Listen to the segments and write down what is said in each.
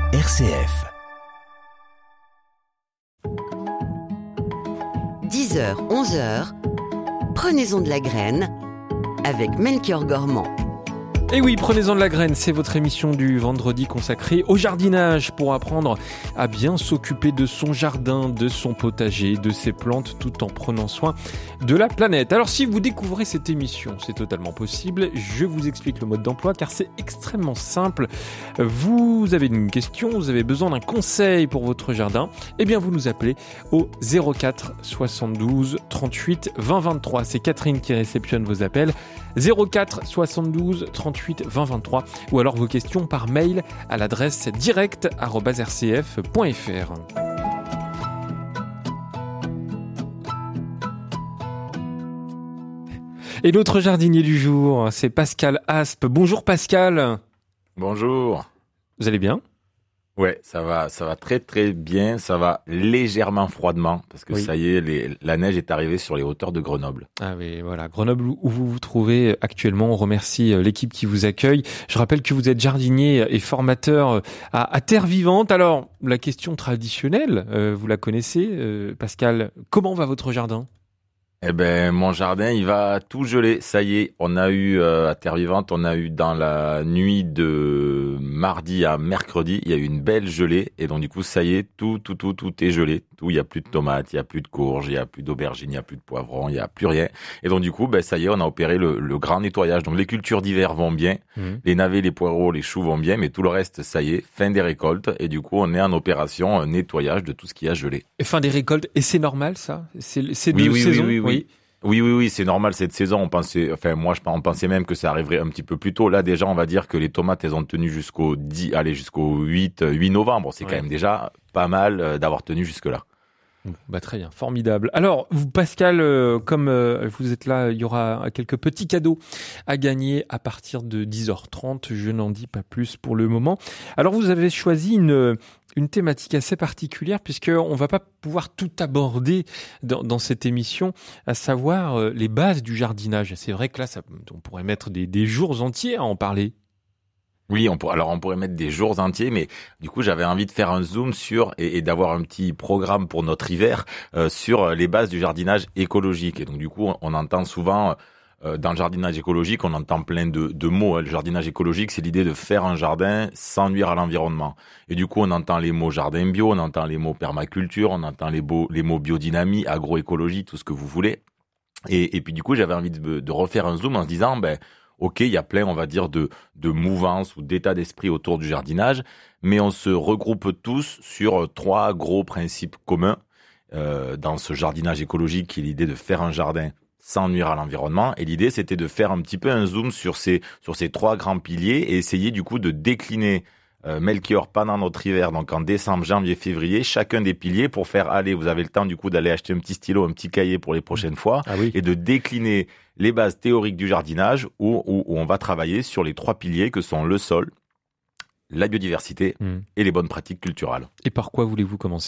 RCF. 10h, 11h, prenez-en de la graine avec Melchior Gormand. Et oui, prenez-en de la graine, c'est votre émission du vendredi consacrée au jardinage pour apprendre à bien s'occuper de son jardin, de son potager, de ses plantes tout en prenant soin de la planète. Alors si vous découvrez cette émission, c'est totalement possible, je vous explique le mode d'emploi car c'est extrêmement simple. Vous avez une question, vous avez besoin d'un conseil pour votre jardin, eh bien vous nous appelez au 04 72 38 20 23. C'est Catherine qui réceptionne vos appels. 04 72 38 20 23 ou alors vos questions par mail à l'adresse direct@rcf.fr. Et l'autre jardinier du jour, c'est Pascal Aspe. Bonjour Pascal. Bonjour. Vous allez bien ? Ouais, ça va très très bien, ça va légèrement froidement, parce que ça y est, la neige est arrivée sur les hauteurs de Grenoble. Ah oui, voilà, Grenoble où vous vous trouvez actuellement, on remercie l'équipe qui vous accueille. Je rappelle que vous êtes jardinier et formateur à Terre Vivante. Alors, la question traditionnelle, vous la connaissez, Pascal, comment va votre jardin ? Eh ben, mon jardin, il va tout geler. Ça y est, on a eu à Terre Vivante, on a eu dans la nuit de mardi à mercredi, il y a eu une belle gelée. Et donc du coup, ça y est, tout est gelé. Tout, il y a plus de tomates, il y a plus de courges, il y a plus d'aubergines, il y a plus de poivrons, il y a plus rien. Et donc du coup, ben ça y est, on a opéré le grand nettoyage. Donc les cultures d'hiver vont bien, les navets, les poireaux, les choux vont bien, mais tout le reste, ça y est, fin des récoltes. Et du coup, on est en opération nettoyage de tout ce qui a gelé. Et fin des récoltes, et c'est normal ça ? C'est deux saisons ? Oui, c'est normal cette saison. On pensait même que ça arriverait un petit peu plus tôt. Là, déjà, on va dire que les tomates, elles ont tenu jusqu'au 8 novembre. C'est quand même déjà pas mal d'avoir tenu jusque-là. Bah, très bien, formidable. Alors, vous, Pascal, comme vous êtes là, il y aura quelques petits cadeaux à gagner à partir de 10h30. Je n'en dis pas plus pour le moment. Alors, vous avez choisi une thématique assez particulière puisqu'on va pas pouvoir tout aborder dans cette émission, à savoir les bases du jardinage. C'est vrai que là, on pourrait mettre des jours entiers à en parler. Oui, on pourrait mettre des jours entiers, mais du coup, j'avais envie de faire un zoom sur et d'avoir un petit programme pour notre hiver sur les bases du jardinage écologique. Et donc, du coup, on entend souvent dans le jardinage écologique, on entend plein de mots. Le jardinage écologique, c'est l'idée de faire un jardin sans nuire à l'environnement. Et du coup, on entend les mots jardin bio, on entend les mots permaculture, on entend les mots biodynamie, agroécologie, tout ce que vous voulez. Et puis, du coup, j'avais envie de refaire un zoom en se disant, ok, il y a plein, on va dire, de mouvances ou d'états d'esprit autour du jardinage, mais on se regroupe tous sur 3 gros principes communs dans ce jardinage écologique, qui est l'idée de faire un jardin sans nuire à l'environnement. Et l'idée, c'était de faire un petit peu un zoom sur ces 3 grands piliers et essayer du coup de décliner Melchior pendant notre hiver, donc en décembre, janvier, février, chacun des piliers pour faire, allez, vous avez le temps du coup d'aller acheter un petit stylo, un petit cahier pour les prochaines fois, et de décliner les bases théoriques du jardinage où on va travailler sur les 3 piliers que sont le sol, la biodiversité et les bonnes pratiques culturelles. Et par quoi voulez-vous commencer ?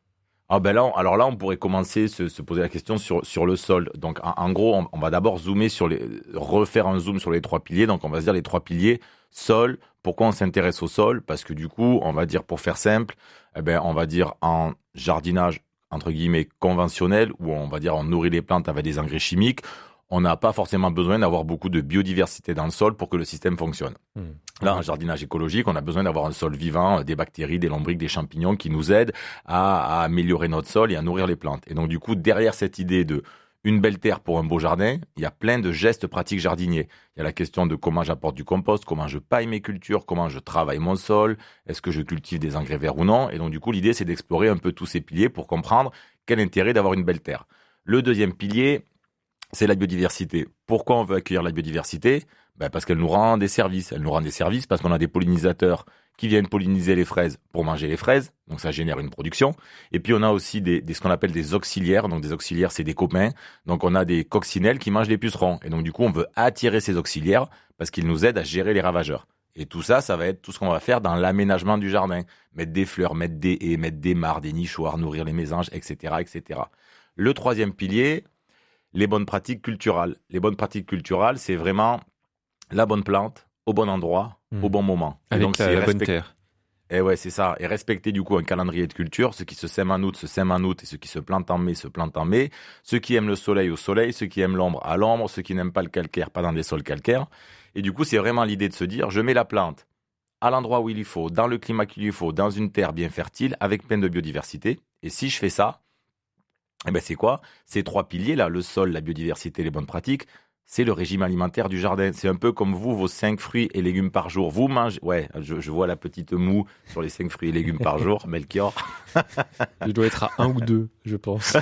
Alors là, on pourrait commencer se poser la question sur le sol. Donc, en gros, on va d'abord refaire un zoom sur les 3 piliers. Donc, on va se dire les 3 piliers, sol. Pourquoi on s'intéresse au sol ? Parce que du coup, on va dire, pour faire simple, on va dire en jardinage, entre guillemets, conventionnel, où on va dire on nourrit les plantes avec des engrais chimiques, on n'a pas forcément besoin d'avoir beaucoup de biodiversité dans le sol pour que le système fonctionne. Là, en jardinage écologique, on a besoin d'avoir un sol vivant, des bactéries, des lombrics, des champignons qui nous aident à améliorer notre sol et à nourrir les plantes. Et donc, du coup, derrière cette idée de une belle terre pour un beau jardin, il y a plein de gestes pratiques jardiniers. Il y a la question de comment j'apporte du compost, comment je paille mes cultures, comment je travaille mon sol, est-ce que je cultive des engrais verts ou non. Et donc, du coup, l'idée, c'est d'explorer un peu tous ces piliers pour comprendre quel intérêt d'avoir une belle terre. Le deuxième pilier, c'est la biodiversité. Pourquoi on veut accueillir la biodiversité ? Parce qu'elle nous rend des services. Elle nous rend des services parce qu'on a des pollinisateurs qui viennent polliniser les fraises pour manger les fraises. Donc ça génère une production. Et puis on a aussi ce qu'on appelle des auxiliaires. Donc des auxiliaires, c'est des copains. Donc on a des coccinelles qui mangent les pucerons. Et donc du coup, on veut attirer ces auxiliaires parce qu'ils nous aident à gérer les ravageurs. Et tout ça, ça va être tout ce qu'on va faire dans l'aménagement du jardin. Mettre des fleurs, mettre des haies, mettre des mares, des nichoirs, nourrir les mésanges, etc., etc. Le troisième pilier, les bonnes pratiques culturales. Les bonnes pratiques culturales, c'est vraiment la bonne plante, au bon endroit, au bon moment. Avec la bonne terre. Et ouais, c'est ça. Et respecter du coup un calendrier de culture. Ce qui se sème en août se sème en août, et ce qui se plante en mai se plante en mai. Ceux qui aiment le soleil au soleil, ceux qui aiment l'ombre à l'ombre, ceux qui n'aiment pas le calcaire, pas dans des sols calcaires. Et du coup, c'est vraiment l'idée de se dire, je mets la plante à l'endroit où il lui faut, dans le climat qu'il lui faut, dans une terre bien fertile, avec plein de biodiversité. Et si je fais ça, eh ben c'est quoi? Ces 3 piliers là, le sol, la biodiversité, les bonnes pratiques, c'est le régime alimentaire du jardin. C'est un peu comme vous, vos 5 fruits et légumes par jour. Vous mangez, ouais, je vois la petite moue sur les 5 fruits et légumes par jour, Melchior. Je dois être à 1 ou 2, je pense.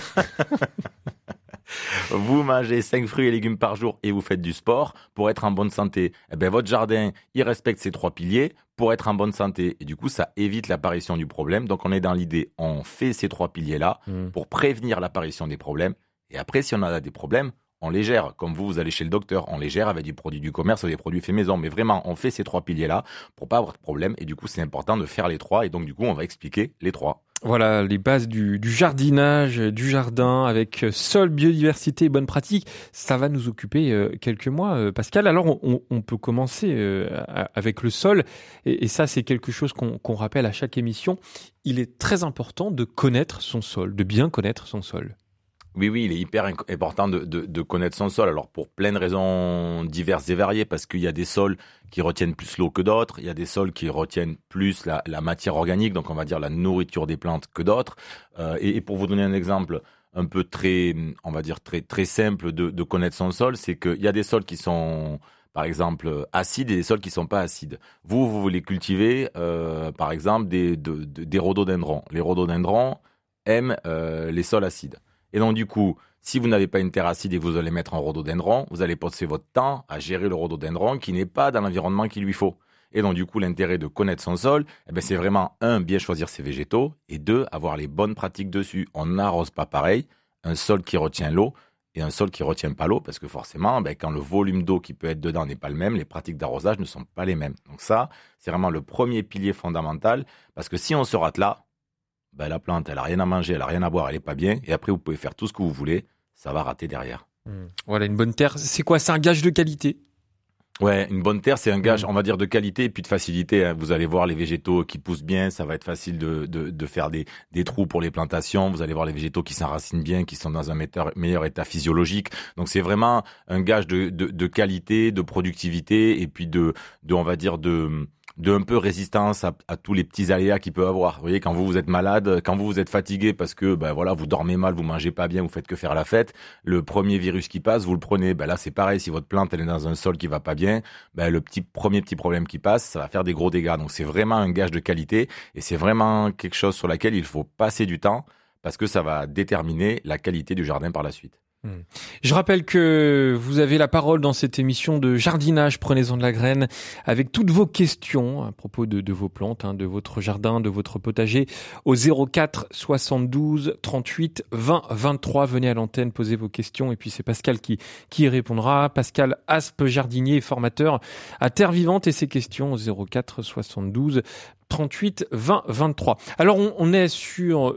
Vous mangez 5 fruits et légumes par jour et vous faites du sport pour être en bonne santé. Eh ben, votre jardin, il respecte ces 3 piliers pour être en bonne santé. Et du coup, ça évite l'apparition du problème. Donc, on est dans l'idée, on fait ces 3 piliers-là pour prévenir l'apparition des problèmes. Et après, si on a des problèmes, on les gère. Comme vous allez chez le docteur, on les gère avec du produit du commerce ou des produits faits maison. Mais vraiment, on fait ces 3 piliers-là pour pas avoir de problème. Et du coup, c'est important de faire les 3. Et donc, du coup, on va expliquer les 3. Voilà, les bases du jardinage, du jardin, avec sol, biodiversité et bonnes pratiques. Ça va nous occuper quelques mois, Pascal. Alors, on peut commencer avec le sol. Et ça, c'est quelque chose qu'on rappelle à chaque émission. Il est très important de connaître son sol, de bien connaître son sol. Oui, il est hyper important de connaître son sol. Alors, pour plein de raisons diverses et variées, parce qu'il y a des sols qui retiennent plus l'eau que d'autres, il y a des sols qui retiennent plus la matière organique, donc on va dire la nourriture des plantes que d'autres. Et pour vous donner un exemple un peu très, on va dire très simple de connaître son sol, c'est qu'il y a des sols qui sont, par exemple, acides et des sols qui sont pas acides. Vous voulez cultiver, par exemple, des rhododendrons. Les rhododendrons aiment les sols acides. Et donc, du coup, si vous n'avez pas une terre acide et que vous allez mettre un rhododendron, vous allez passer votre temps à gérer le rhododendron qui n'est pas dans l'environnement qu'il lui faut. Et donc, du coup, l'intérêt de connaître son sol, c'est vraiment, 1, bien choisir ses végétaux, et 2, avoir les bonnes pratiques dessus. On n'arrose pas pareil un sol qui retient l'eau et un sol qui retient pas l'eau, parce que forcément, quand le volume d'eau qui peut être dedans n'est pas le même, les pratiques d'arrosage ne sont pas les mêmes. Donc ça, c'est vraiment le premier pilier fondamental, parce que si on se rate là, la plante, elle a rien à manger, elle a rien à boire, elle est pas bien. Et après, vous pouvez faire tout ce que vous voulez, ça va rater derrière. Voilà, une bonne terre, c'est quoi? C'est un gage de qualité? Ouais, une bonne terre, c'est un gage, on va dire, de qualité et puis de facilité. Vous allez voir les végétaux qui poussent bien, ça va être facile de faire des trous pour les plantations. Vous allez voir les végétaux qui s'enracinent bien, qui sont dans un meilleur état physiologique. Donc c'est vraiment un gage de qualité, de productivité et puis on va dire de un peu résistance à tous les petits aléas qu'il peut avoir. Vous voyez, quand vous êtes malade, quand vous êtes fatigué parce que vous dormez mal, vous mangez pas bien, vous faites que faire la fête, le premier virus qui passe, vous le prenez. Là, c'est pareil, si votre plante elle est dans un sol qui va pas bien, le premier petit problème qui passe, ça va faire des gros dégâts. Donc c'est vraiment un gage de qualité et c'est vraiment quelque chose sur laquelle il faut passer du temps parce que ça va déterminer la qualité du jardin par la suite. Je rappelle que vous avez la parole dans cette émission de jardinage, prenez-en de la graine, avec toutes vos questions à propos de vos plantes, de votre jardin, de votre potager, au 04 72 38 20 23. Venez à l'antenne, posez vos questions, et puis c'est Pascal qui y répondra. Pascal Aspe, jardinier et formateur à Terre Vivante, et ses questions au 04 72 38 20 23. Alors on est sur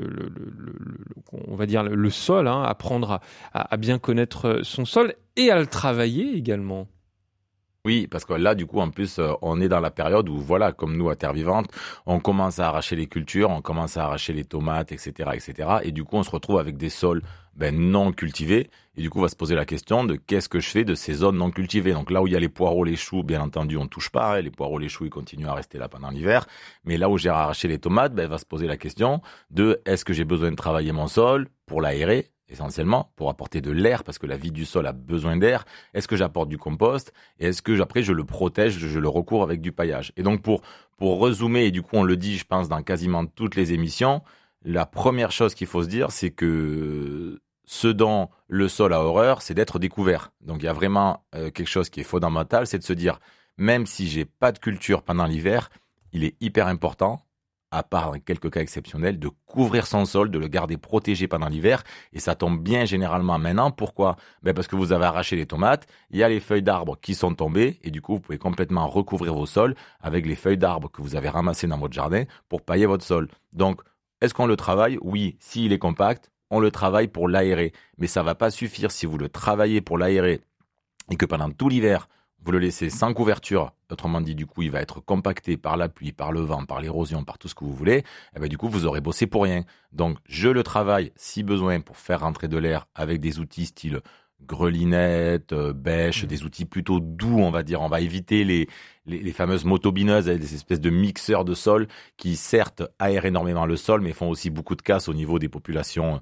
on va dire le sol, apprendre à bien connaître son sol et à le travailler également. Oui, parce que là, du coup, en plus, on est dans la période où, voilà, comme nous, à Terre Vivante, on commence à arracher les cultures, on commence à arracher les tomates, etc., etc. Et du coup, on se retrouve avec des sols non cultivés. Et du coup, on va se poser la question de qu'est-ce que je fais de ces zones non cultivées. Donc là où il y a les poireaux, les choux, bien entendu, on ne touche pas. Les poireaux, les choux, ils continuent à rester là pendant l'hiver. Mais là où j'ai arraché les tomates, va se poser la question de est-ce que j'ai besoin de travailler mon sol pour l'aérer, essentiellement, pour apporter de l'air, parce que la vie du sol a besoin d'air. Est-ce que j'apporte du compost? Et est-ce que, après, je le protège, je le recouvre avec du paillage? Et donc, pour résumer, et du coup, on le dit, je pense, dans quasiment toutes les émissions, la première chose qu'il faut se dire, c'est que ce dont le sol a horreur, c'est d'être découvert. Donc, il y a vraiment quelque chose qui est fondamental, c'est de se dire, même si j'ai pas de culture pendant l'hiver, il est hyper important, à part dans quelques cas exceptionnels, de couvrir son sol, de le garder protégé pendant l'hiver. Et ça tombe bien généralement maintenant. Pourquoi? Parce que vous avez arraché les tomates, il y a les feuilles d'arbres qui sont tombées, et du coup, vous pouvez complètement recouvrir vos sols avec les feuilles d'arbres que vous avez ramassées dans votre jardin pour pailler votre sol. Donc, est-ce qu'on le travaille? Oui, s'il est compact, on le travaille pour l'aérer. Mais ça va pas suffire si vous le travaillez pour l'aérer et que pendant tout l'hiver, vous le laissez sans couverture, autrement dit, du coup, il va être compacté par la pluie, par le vent, par l'érosion, par tout ce que vous voulez, et ben, du coup, vous aurez bossé pour rien. Donc, je le travaille, si besoin, pour faire rentrer de l'air avec des outils style grelinette, bêche, des outils plutôt doux, on va dire. On va éviter les fameuses motobineuses avec des espèces de mixeurs de sol qui, certes, aèrent énormément le sol, mais font aussi beaucoup de casse au niveau des populations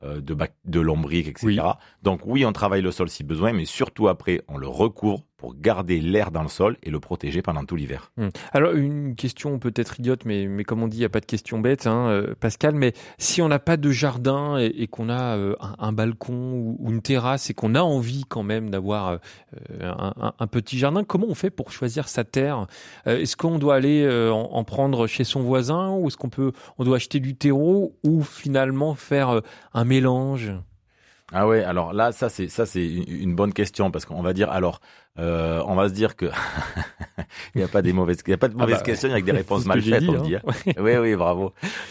de lombriques, etc. Oui. Donc oui, on travaille le sol si besoin, mais surtout après, on le recouvre pour garder l'air dans le sol et le protéger pendant tout l'hiver. Alors, une question peut-être idiote, mais comme on dit, il n'y a pas de question bête, Pascal, mais si on n'a pas de jardin et qu'on a un balcon ou une terrasse et qu'on a envie quand même d'avoir un petit jardin, comment on fait pour choisir sa terre ? Est-ce qu'on doit aller en prendre chez son voisin ou est-ce on doit acheter du terreau ou finalement faire un mélange ? Ah ouais, alors là, ça c'est une bonne question parce qu'on va dire on va se dire que il y a pas de mauvaises questions avec des réponses mal faites, on dit. Oui, bravo.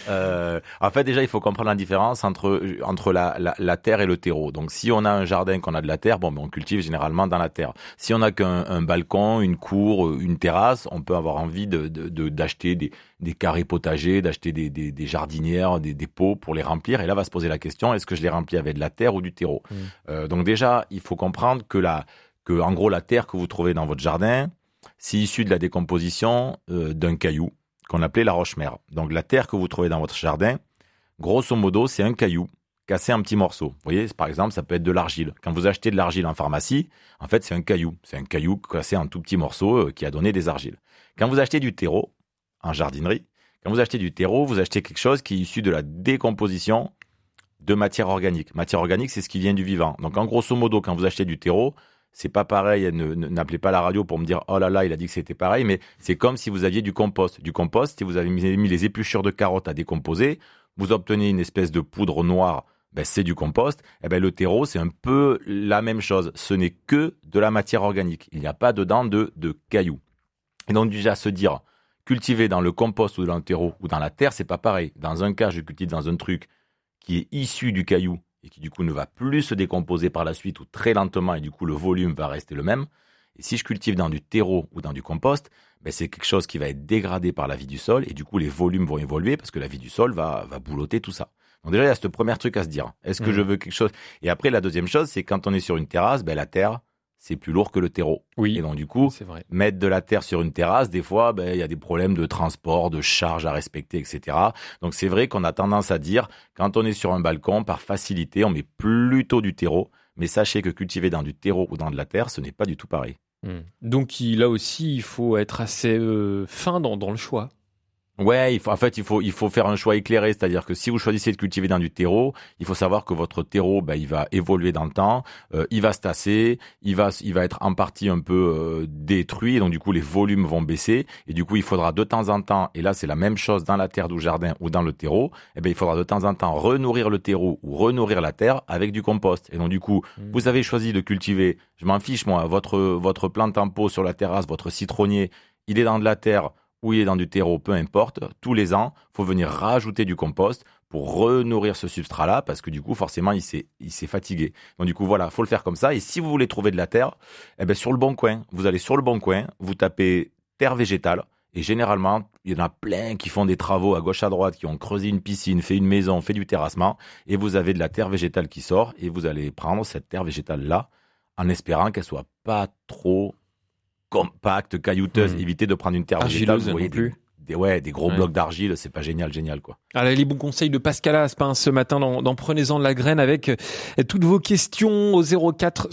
En fait, déjà, il faut comprendre la différence entre la terre et le terreau. Donc, si on a un jardin, qu'on a de la terre, on cultive généralement dans la terre. Si on a qu'un balcon, une cour, une terrasse, on peut avoir envie d'acheter des carrés potagers, d'acheter des jardinières, des pots pour les remplir. Et là, va se poser la question, est-ce que je les remplis avec de la terre ou du terreau ? Donc déjà, il faut comprendre que en gros, la terre que vous trouvez dans votre jardin, c'est issu de la décomposition d'un caillou qu'on appelait la roche-mère. Donc la terre que vous trouvez dans votre jardin, grosso modo, c'est un caillou cassé en petits morceaux. Vous voyez, par exemple, ça peut être de l'argile. Quand vous achetez de l'argile en pharmacie, en fait, c'est un caillou. C'est un caillou cassé en tout petits morceaux qui a donné des argiles. Quand vous achetez du terreau en jardinerie, vous achetez quelque chose qui est issu de la décomposition de matière organique. Matière organique, c'est ce qui vient du vivant. Donc, en grosso modo, quand vous achetez du terreau, c'est pas pareil, n'appelez pas la radio pour me dire « Oh là là, il a dit que c'était pareil », mais c'est comme si vous aviez du compost. Du compost, si vous avez mis les épluchures de carottes à décomposer, vous obtenez une espèce de poudre noire, c'est du compost. Le terreau, c'est un peu la même chose. Ce n'est que de la matière organique. Il n'y a pas dedans de cailloux. Et donc déjà, se dire, cultiver dans le compost ou dans le terreau ou dans la terre, c'est pas pareil. Dans un cas, je cultive dans un truc qui est issu du caillou, et qui du coup ne va plus se décomposer par la suite ou très lentement et du coup le volume va rester le même. Et si je cultive dans du terreau ou dans du compost, c'est quelque chose qui va être dégradé par la vie du sol et du coup les volumes vont évoluer parce que la vie du sol va boulotter tout ça. Donc déjà il y a ce premier truc à se dire. Est-ce que je veux quelque chose ? Et après la deuxième chose, c'est quand on est sur une terrasse, la terre, c'est plus lourd que le terreau. Oui, et donc du coup, c'est vrai. Mettre de la terre sur une terrasse, des fois, il y a des problèmes de transport, de charge à respecter, etc. Donc c'est vrai qu'on a tendance à dire, quand on est sur un balcon, par facilité, on met plutôt du terreau. Mais sachez que cultiver dans du terreau ou dans de la terre, ce n'est pas du tout pareil. Donc là aussi, il faut être assez fin dans le choix. Ouais, il faut faire un choix éclairé, c'est-à-dire que si vous choisissez de cultiver dans du terreau, il faut savoir que votre terreau, il va évoluer dans le temps, il va se tasser, il va être en partie un peu détruit, et donc du coup les volumes vont baisser, et du coup il faudra de temps en temps, et là c'est la même chose dans la terre du jardin ou dans le terreau, il faudra de temps en temps renourrir le terreau ou renourrir la terre avec du compost. Et donc du coup, vous avez choisi de cultiver, je m'en fiche moi, votre plante en pot sur la terrasse, votre citronnier, il est dans de la terre ou il est dans du terreau, peu importe, tous les ans, faut venir rajouter du compost pour renourrir ce substrat-là, parce que du coup, forcément, il s'est fatigué. Donc du coup, voilà, faut le faire comme ça. Et si vous voulez trouver de la terre, sur le Bon Coin, vous allez sur le Bon Coin, vous tapez terre végétale, et généralement, il y en a plein qui font des travaux à gauche à droite, qui ont creusé une piscine, fait une maison, fait du terrassement, et vous avez de la terre végétale qui sort, et vous allez prendre cette terre végétale-là, en espérant qu'elle soit pas trop compacte, caillouteuse, éviter de prendre une terre végétale, vous voyez, des gros blocs d'argile, c'est pas génial quoi. Alors, les bons conseils de Pascal Aspin ce matin dans Prenez-en de la graine avec toutes vos questions au 04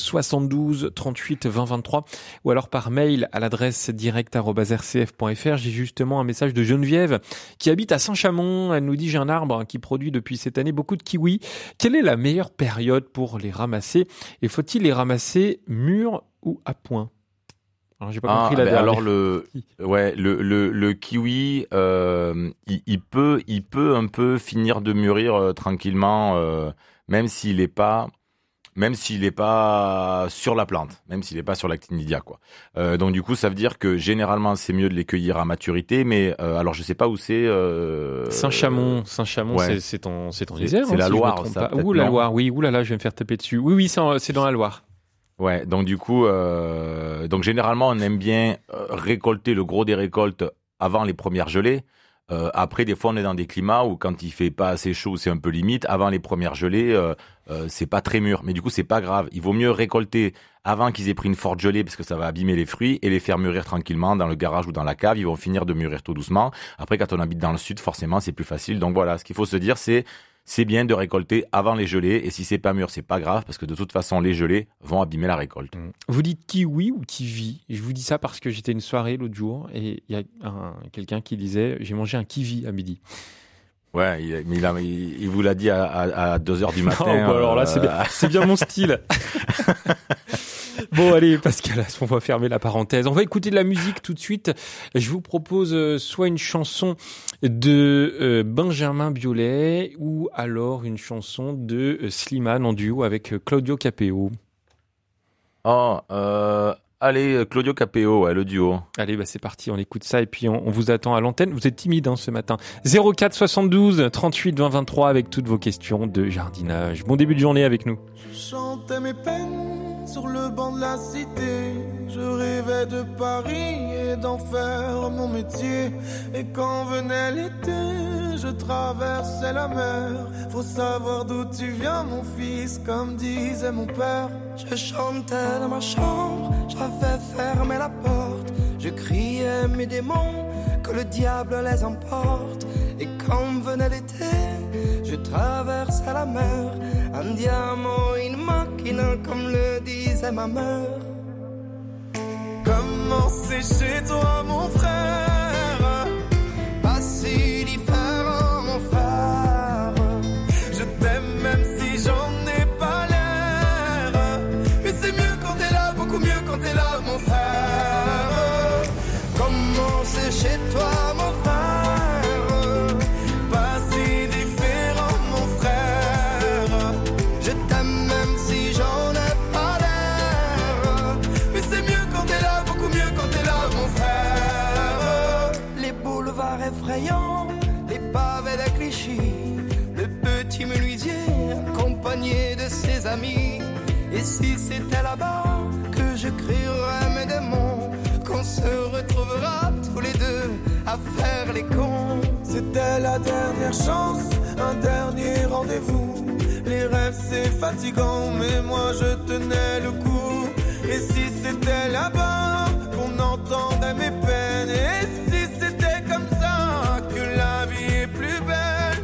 72 38 20 23 ou alors par mail à l'adresse direct@rcf.fr. J'ai justement un message de Geneviève qui habite à Saint-Chamond. Elle nous dit: j'ai un arbre qui produit depuis cette année beaucoup de kiwis. Quelle est la meilleure période pour les ramasser et faut-il les ramasser mûrs ou à point? Alors, j'ai pas compris la dernière. Alors le kiwi, il peut un peu finir de mûrir tranquillement, même s'il est pas sur la plante, même s'il est pas sur l'actinidia quoi. Donc du coup, ça veut dire que généralement c'est mieux de les cueillir à maturité, mais alors je sais pas où c'est. Saint-Chamond, ouais. c'est en Isère. C'est la Loire, ça. Ouh la Loire, oui. Ouh là là, je vais me faire taper dessus. Oui, c'est dans la Loire. Ouais, donc du coup, donc généralement on aime bien récolter le gros des récoltes avant les premières gelées. Après, des fois, on est dans des climats où quand il fait pas assez chaud, c'est un peu limite. Avant les premières gelées, c'est pas très mûr. Mais du coup, c'est pas grave. Il vaut mieux récolter avant qu'ils aient pris une forte gelée parce que ça va abîmer les fruits et les faire mûrir tranquillement dans le garage ou dans la cave. Ils vont finir de mûrir tout doucement. Après, quand on habite dans le sud, forcément, c'est plus facile. Donc voilà, ce qu'il faut se dire, c'est bien de récolter avant les gelées. Et si c'est pas mûr, c'est pas grave parce que de toute façon, les gelées vont abîmer la récolte. Vous dites kiwi ou kiwi? Je vous dis ça parce que j'étais à une soirée l'autre jour et il y a quelqu'un qui disait j'ai mangé un kiwi à midi. Ouais, il vous l'a dit à 2h du matin. Non, alors là, c'est bien mon style. Bon, allez, Pascal, on va fermer la parenthèse. On va écouter de la musique tout de suite. Je vous propose soit une chanson de Benjamin Biolay ou alors une chanson de Slimane en duo avec Claudio Capéo. Allez, Claudio Capéo, ouais, le duo. Allez, c'est parti, on écoute ça et puis on vous attend à l'antenne. Vous êtes timide ce matin. 04 72 38 20 23 avec toutes vos questions de jardinage. Bon début de journée avec nous. Je chantais mes peines sur le banc de la cité. Je rêvais de Paris et d'en faire mon métier. Et quand venait l'été, je traversais la mer. Faut savoir d'où tu viens, mon fils, comme disait mon père. Je chantais dans ma chambre, j'avais fermé la porte. Je criais mes démons, que le diable les emporte. Et quand venait l'été, je traversais la mer. Un diamant, une machina, comme le disait ma mère. Comment c'est chez toi, mon frère? Pas si différent, mon frère. Je t'aime même si j'en ai pas l'air. Mais c'est mieux quand t'es là, beaucoup mieux quand t'es là, mon frère. Comment c'est chez toi, mon frère? Pas si différent, mon frère. Je t'aime même si j'en ai pas l'air. Mais c'est mieux quand t'es là, beaucoup mieux quand t'es là, mon frère. Les boulevards effrayants, les pavés de Clichy, le petit menuisier accompagné de ses amis. Et si c'était là-bas que je crierais mes démons, qu'on se retrouvera tous les deux à faire les cons. C'était la dernière chance, un dernier rendez-vous. Les rêves c'est fatigant, mais moi je tenais le coup. Et si c'était là-bas qu'on entendait mes peines, et si c'était comme ça que la vie est plus belle.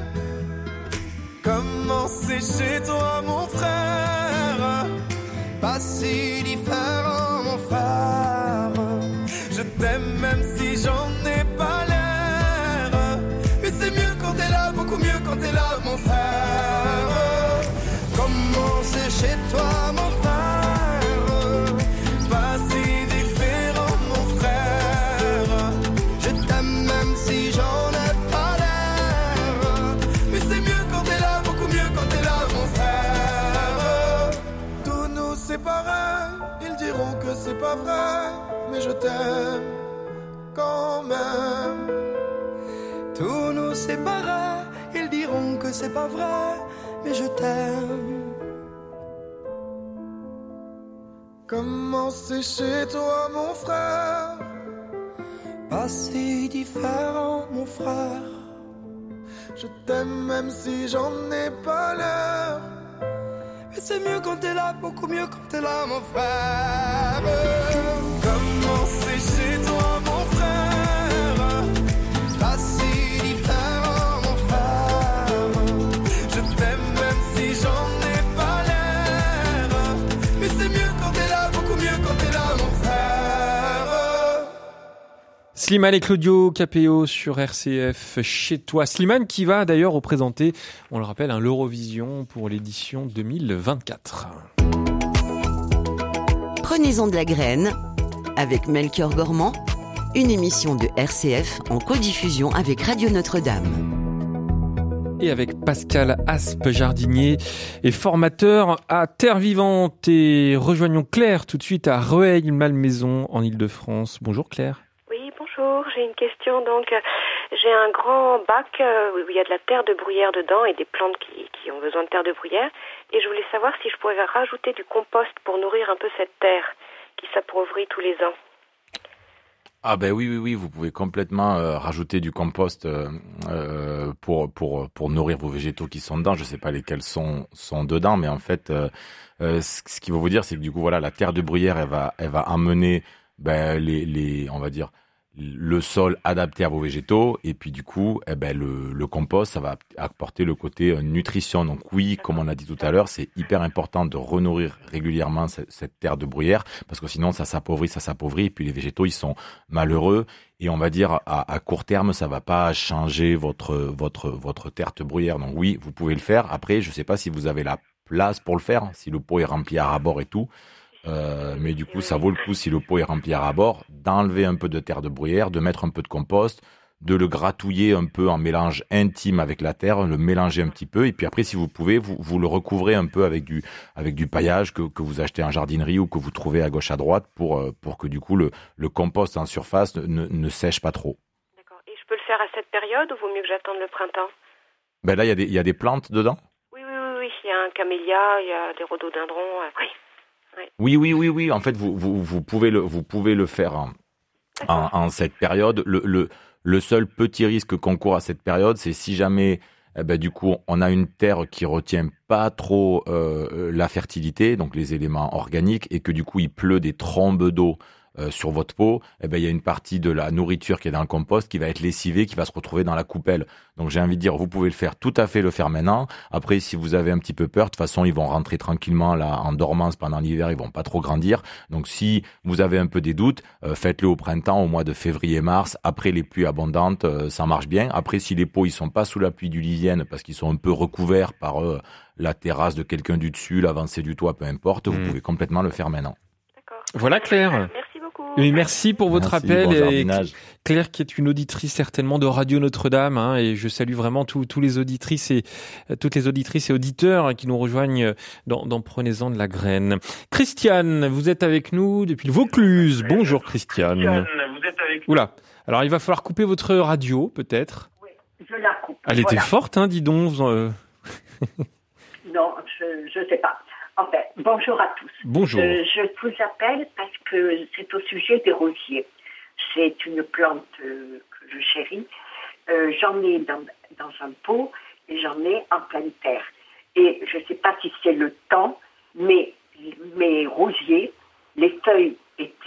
Comment c'est chez toi, mon frère? Pas si différent, mon frère. Je t'aime même si j'en ai pas l'air. Mais c'est mieux quand t'es là, beaucoup mieux quand t'es là, mon frère. Comment c'est chez toi, mon frère? Pas si différent, mon frère. Je t'aime même si j'en ai pas l'air. Mais c'est mieux quand t'es là, beaucoup mieux quand t'es là, mon frère. Tous nous séparer, ils diront que c'est pas vrai. Mais je t'aime quand même. Tous nous séparer, ils diront que c'est pas vrai. Mais je t'aime. Comment c'est chez toi, mon frère? Pas si différent, mon frère. Je t'aime même si j'en ai pas l'air. Mais c'est mieux quand t'es là, beaucoup mieux quand t'es là, mon frère. Comment c'est chez toi, mon frère? Pas si différent, mon frère. Je t'aime même si j'en ai pas l'air. Mais c'est mieux quand t'es là, beaucoup mieux quand t'es là, mon frère. Slimane et Claudio Capéo sur RCF chez toi. Slimane qui va d'ailleurs représenter, on le rappelle, l'Eurovision pour l'édition 2024. Prenez-en de la graine avec Melchior Gormand, une émission de RCF en codiffusion avec Radio Notre-Dame. Et avec Pascal Aspe, jardinier et formateur à Terre Vivante. Et rejoignons Claire tout de suite à Rueil-Malmaison en Ile-de-France. Bonjour Claire. Oui, bonjour. J'ai une question. Donc, J'ai un grand bac où il y a de la terre de bruyère dedans et des plantes qui ont besoin de terre de bruyère. Et je voulais savoir si je pouvais rajouter du compost pour nourrir un peu cette terre qui s'appauvrit tous les ans. Ah ben oui, vous pouvez complètement rajouter du compost pour nourrir vos végétaux qui sont dedans. Je sais pas lesquels sont dedans, mais en fait, ce qu'il va vous dire, c'est que du coup, voilà, la terre de bruyère, elle va amener on va dire le sol adapté à vos végétaux, et puis du coup, le compost, ça va apporter le côté nutrition. Donc oui, comme on a dit tout à l'heure, c'est hyper important de renourrir régulièrement cette terre de bruyère, parce que sinon ça s'appauvrit, et puis les végétaux, ils sont malheureux, et on va dire à court terme, ça va pas changer votre terre de bruyère. Donc oui, vous pouvez le faire. Après, je sais pas si vous avez la place pour le faire, si le pot est rempli à ras-bord et tout. Mais du coup, ça vaut le coup, si le pot est rempli à ras-bord, d'enlever un peu de terre de bruyère, de mettre un peu de compost, de le gratouiller un peu en mélange intime avec la terre, le mélanger un petit peu, et puis après, si vous pouvez, vous le recouvrez un peu avec du paillage que vous achetez en jardinerie ou que vous trouvez à gauche à droite pour que du coup le compost en surface ne sèche pas trop. D'accord. Et je peux le faire à cette période ou vaut mieux que j'attende le printemps? Ben là, il y a des plantes dedans. Oui. Il y a un camélia, il y a des rhododendrons. Oui. Oui. En fait, vous pouvez le faire en cette période. Le seul petit risque qu'on court à cette période, c'est si jamais, du coup, on a une terre qui retient pas trop la fertilité, donc les éléments organiques, et que du coup, il pleut des trombes d'eau sur votre pot, il y a une partie de la nourriture qui est dans le compost qui va être lessivée, qui va se retrouver dans la coupelle. Donc j'ai envie de dire, vous pouvez tout à fait le faire maintenant. Après, si vous avez un petit peu peur, de toute façon, ils vont rentrer tranquillement là en dormance pendant l'hiver, ils vont pas trop grandir. Donc si vous avez un peu des doutes, faites-le au printemps, au mois de février-mars, après les pluies abondantes, ça marche bien. Après, si les pots ils sont pas sous la pluie diluvienne parce qu'ils sont un peu recouverts par la terrasse de quelqu'un du dessus, l'avancée du toit, peu importe, vous pouvez complètement le faire maintenant. D'accord. Voilà, Claire. Merci beaucoup. Oui, merci pour votre appel. Bon Et jardinage. Claire, qui est une auditrice certainement de Radio Notre-Dame, et je salue vraiment tous les auditrices et toutes les auditrices et auditeurs qui nous rejoignent dans Prenez-en de la graine. Christiane, vous êtes avec nous depuis le Vaucluse. Bonjour Christiane. Vous êtes avec nous. Oula. Alors il va falloir couper votre radio, peut-être. Oui, je la coupe. Elle était forte, dis donc. Non, je sais pas. En fait, bonjour à tous. Bonjour. Je vous appelle parce que c'est au sujet des rosiers. C'est une plante que je chéris. J'en ai dans un pot et j'en ai en pleine terre. Et je ne sais pas si c'est le temps, mais mes rosiers, les feuilles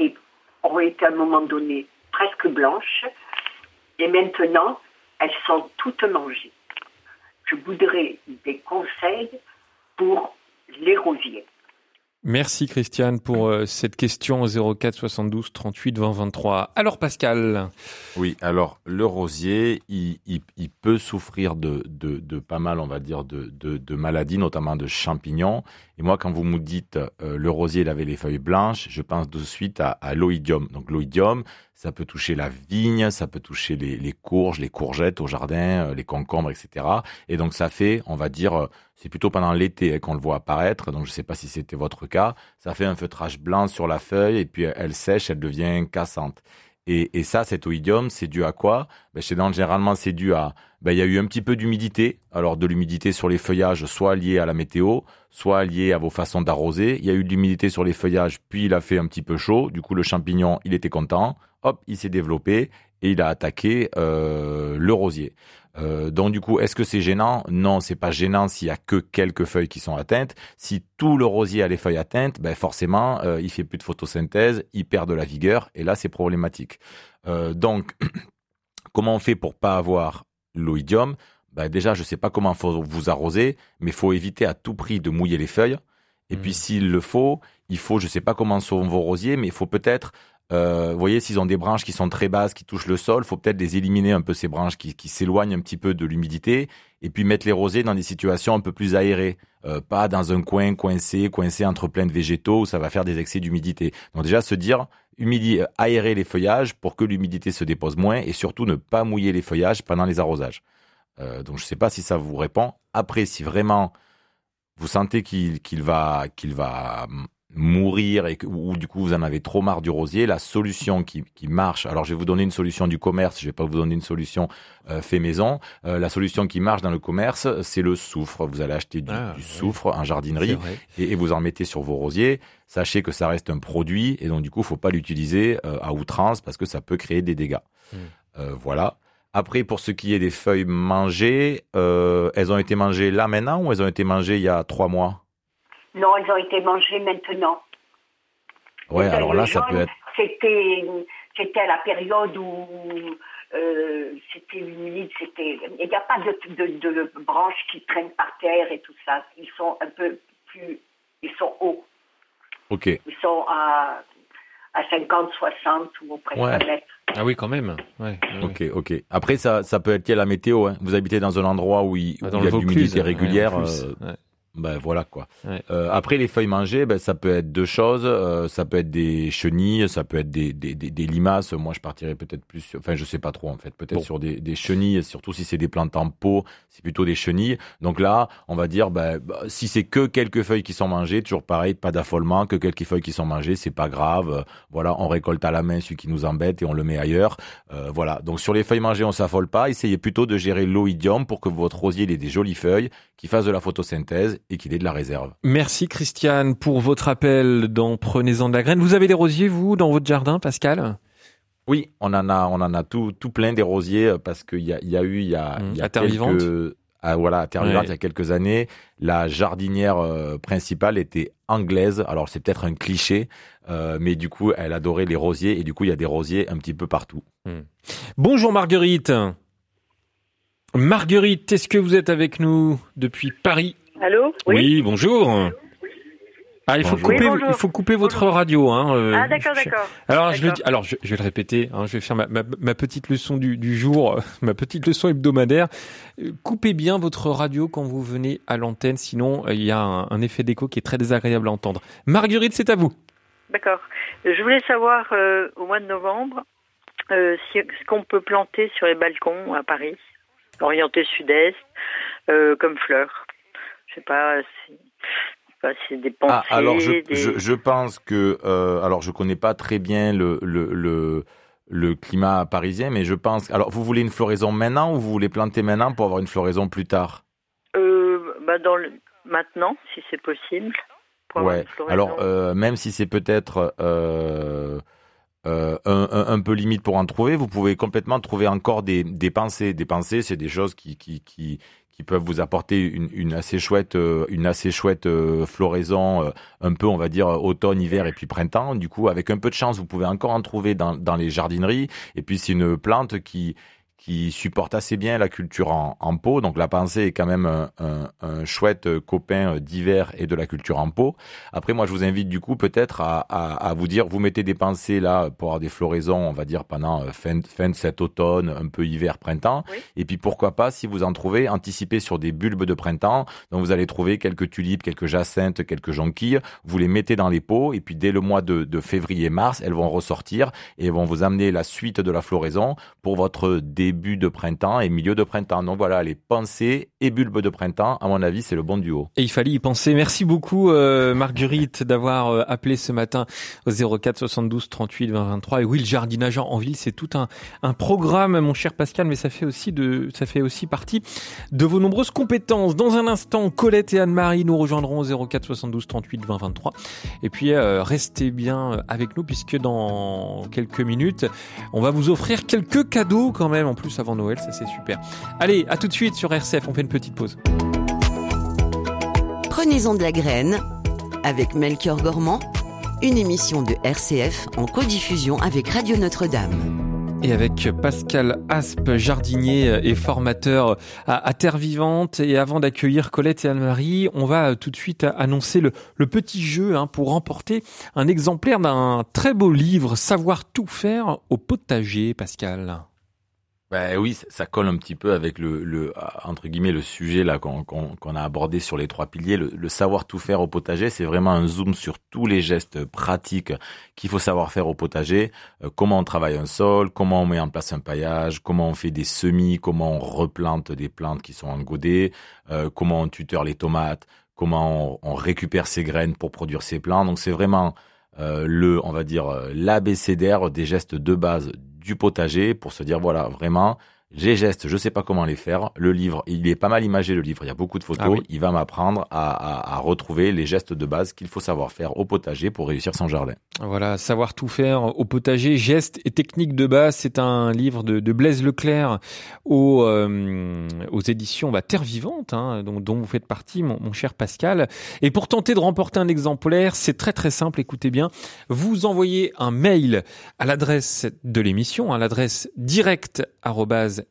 ont été à un moment donné presque blanches et maintenant elles sont toutes mangées. Je voudrais des conseils pour les rosiers. Merci Christiane pour cette question au 04 72 38 20 23. Alors Pascal. Oui, alors le rosier, il peut souffrir de pas mal, on va dire, de maladies, notamment de champignons. Et moi, quand vous me dites le rosier, il avait les feuilles blanches, je pense de suite à l'oïdium. Donc l'oïdium, ça peut toucher la vigne, ça peut toucher les courges, les courgettes au jardin, les concombres, etc. Et donc ça fait, on va dire, c'est plutôt pendant l'été qu'on le voit apparaître. Donc je ne sais pas si c'était votre cas. Ça fait un feutrage blanc sur la feuille et puis elle sèche, elle devient cassante. Et ça, cet oïdium, c'est dû à quoi? Généralement, c'est dû à... il y a eu un petit peu d'humidité. Alors, de l'humidité sur les feuillages, soit liée à la météo, soit liée à vos façons d'arroser. Il y a eu de l'humidité sur les feuillages, puis il a fait un petit peu chaud. Du coup, le champignon, il était content. Hop, il s'est développé et il a attaqué le rosier. Donc du coup, est-ce que c'est gênant? Non, c'est pas gênant s'il y a que quelques feuilles qui sont atteintes. Si tout le rosier a les feuilles atteintes, forcément, il fait plus de photosynthèse, il perd de la vigueur, et là, c'est problématique. Donc, comment on fait pour pas avoir l'oïdium? Déjà, je sais pas comment faut vous arroser, mais faut éviter à tout prix de mouiller les feuilles. Et puis, s'il le faut, je sais pas comment sont vos rosiers, mais il faut peut-être... vous voyez, s'ils ont des branches qui sont très basses, qui touchent le sol, faut peut-être les éliminer un peu, ces branches qui s'éloignent un petit peu de l'humidité, et puis mettre les rosiers dans des situations un peu plus aérées, pas dans un coin coincé entre plein de végétaux où ça va faire des excès d'humidité. Donc déjà se dire, aérer les feuillages pour que l'humidité se dépose moins, et surtout ne pas mouiller les feuillages pendant les arrosages. Donc je sais pas si ça vous répond. Après, si vraiment vous sentez qu'il va mourir ou du coup vous en avez trop marre du rosier, la solution qui marche, alors je vais vous donner une solution du commerce, je vais pas vous donner une solution fait maison, la solution qui marche dans le commerce, c'est le soufre. Vous allez acheter du soufre en jardinerie et vous en mettez sur vos rosiers. Sachez que ça reste un produit et donc du coup faut pas l'utiliser à outrance parce que ça peut créer des dégâts. Voilà. Après, pour ce qui est des feuilles mangées, elles ont été mangées là maintenant ou elles ont été mangées il y a 3 mois? Non, elles ont été mangées maintenant. Ouais, alors là, ça peut être... C'était à la période où c'était humide, il n'y a pas de branches qui traînent par terre et tout ça. Ils sont un peu plus... Ils sont hauts. Ok. Ils sont à 50, 60 ou presque un mètre. Ah oui, quand même. Ouais. Ok. Après, ça peut être lié à la météo. Hein. Vous habitez dans un endroit où il y a de l'humidité régulière. Ben voilà quoi. Ouais. Après les feuilles mangées, ça peut être 2 choses. Ça peut être des chenilles, ça peut être des limaces. Moi, je partirais peut-être plus. Enfin, je sais pas trop en fait. Peut-être sur des chenilles, surtout si c'est des plantes en pot, c'est plutôt des chenilles. Donc là, on va dire, si c'est que quelques feuilles qui sont mangées, toujours pareil, pas d'affolement. Que quelques feuilles qui sont mangées, c'est pas grave. Voilà, on récolte à la main celui qui nous embête et on le met ailleurs. Voilà. Donc sur les feuilles mangées, on s'affole pas. Essayez plutôt de gérer l'oïdium pour que votre rosier ait des jolies feuilles, qui fassent de la photosynthèse et qu'il ait de la réserve. Merci Christiane pour votre appel dans Prenez-en de la graine. Vous avez des rosiers, vous, dans votre jardin, Pascal? Oui, on en a tout plein des rosiers parce qu'il y a eu à Terre-Vivante. À Terre-Vivante, il y a quelques années, la jardinière principale était anglaise. Alors c'est peut-être un cliché, mais du coup, elle adorait les rosiers et du coup, il y a des rosiers un petit peu partout. Bonjour Marguerite. Marguerite, est-ce que vous êtes avec nous depuis Paris? Allô? Oui, bonjour. Ah, il faut couper votre radio. Hein, d'accord. Alors, je vais le répéter. Hein, je vais faire ma petite leçon du jour, ma petite leçon hebdomadaire. Coupez bien votre radio quand vous venez à l'antenne, sinon il y a un effet d'écho qui est très désagréable à entendre. Marguerite, c'est à vous. D'accord. Je voulais savoir au mois de novembre ce qu'on peut planter sur les balcons à Paris, orienté sud-est, comme fleurs. Je sais pas si c'est des pensées. Alors je pense que alors je connais pas très bien le climat parisien, mais je pense. Alors vous voulez une floraison maintenant ou vous voulez planter maintenant pour avoir une floraison plus tard? Maintenant, si c'est possible. Ouais. Alors même si c'est peut-être un peu limite pour en trouver, vous pouvez complètement trouver encore des pensées. Des pensées, c'est des choses qui peuvent vous apporter une assez chouette floraison, un peu on va dire automne, hiver et puis printemps. Du coup, avec un peu de chance, vous pouvez encore en trouver dans les jardineries. Et puis c'est une plante qui supporte assez bien la culture en pot. Donc la pensée est quand même un chouette copain d'hiver et de la culture en pot. Après, moi, je vous invite du coup peut-être à vous dire, vous mettez des pensées là pour avoir des floraisons, on va dire pendant fin de cet automne, un peu hiver, printemps. Oui. Et puis pourquoi pas, si vous en trouvez, anticiper sur des bulbes de printemps. Donc vous allez trouver quelques tulipes, quelques jacinthes, quelques jonquilles. Vous les mettez dans les pots et puis dès le mois de février-mars, elles vont ressortir et vont vous amener la suite de la floraison pour votre début de printemps et milieu de printemps. Donc voilà, les pensées et bulbes de printemps, à mon avis, c'est le bon duo. Et il fallait y penser. Merci beaucoup Marguerite d'avoir appelé ce matin au 04 72 38 20 23. Et oui, le jardinage en ville, c'est tout un programme, mon cher Pascal, mais ça fait aussi partie de vos nombreuses compétences. Dans un instant, Colette et Anne-Marie nous rejoindront au 04 72 38 20 23. Et puis restez bien avec nous puisque dans quelques minutes, on va vous offrir quelques cadeaux quand même en plus avant Noël, ça c'est super. Allez, à tout de suite sur RCF, on fait une petite pause. Prenez-en de la graine avec Melchior Gormand, une émission de RCF en codiffusion avec Radio Notre-Dame. Et avec Pascal Aspe, jardinier et formateur à Terre-Vivante. Et avant d'accueillir Colette et Anne-Marie, on va tout de suite annoncer le petit jeu pour remporter un exemplaire d'un très beau livre, Savoir tout faire au potager, Pascal. Oui, ça colle un petit peu avec le entre guillemets le sujet là qu'on a abordé sur les 3 piliers. Le savoir tout faire au potager, c'est vraiment un zoom sur tous les gestes pratiques qu'il faut savoir faire au potager. Comment on travaille un sol, comment on met en place un paillage, comment on fait des semis, comment on replante des plantes qui sont engodées, comment on tuteur les tomates, comment on récupère ces graines pour produire ces plants. Donc c'est vraiment on va dire l'abécédaire des gestes de base du potager pour se dire voilà vraiment les gestes, je sais pas comment les faire. Le livre, il est pas mal imagé le livre, il y a beaucoup de photos. Oui. Il va m'apprendre à retrouver les gestes de base qu'il faut savoir faire au potager pour réussir son jardin. Voilà, savoir tout faire au potager, gestes et techniques de base. C'est un livre de Blaise Leclerc aux éditions Terre Vivante, dont vous faites partie, mon cher Pascal. Et pour tenter de remporter un exemplaire, c'est très très simple, écoutez bien. Vous envoyez un mail à l'adresse de l'émission, à l'adresse direct@rcf.fr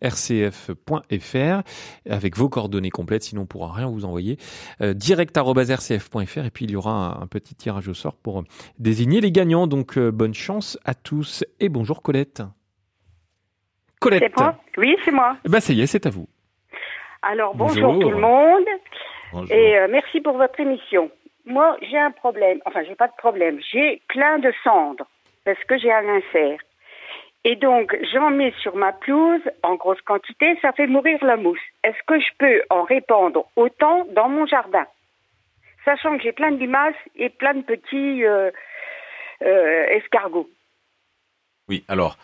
avec vos coordonnées complètes, sinon on ne pourra rien vous envoyer. direct@rcf.fr et puis il y aura un petit tirage au sort pour désigner les gagnants. Donc bonne chance à tous et bonjour Colette. Colette. C'est moi ? Oui, c'est moi. Ça y est, c'est à vous. Alors bonjour tout le monde. Bonjour. Et merci pour votre émission. Moi, j'ai un problème. Enfin, j'ai pas de problème. J'ai plein de cendres parce que j'ai un insert. Et donc, j'en mets sur ma pelouse en grosse quantité, ça fait mourir la mousse. Est-ce que je peux en répandre autant dans mon jardin ? Sachant que j'ai plein de limaces et plein de petits escargots. Oui, alors,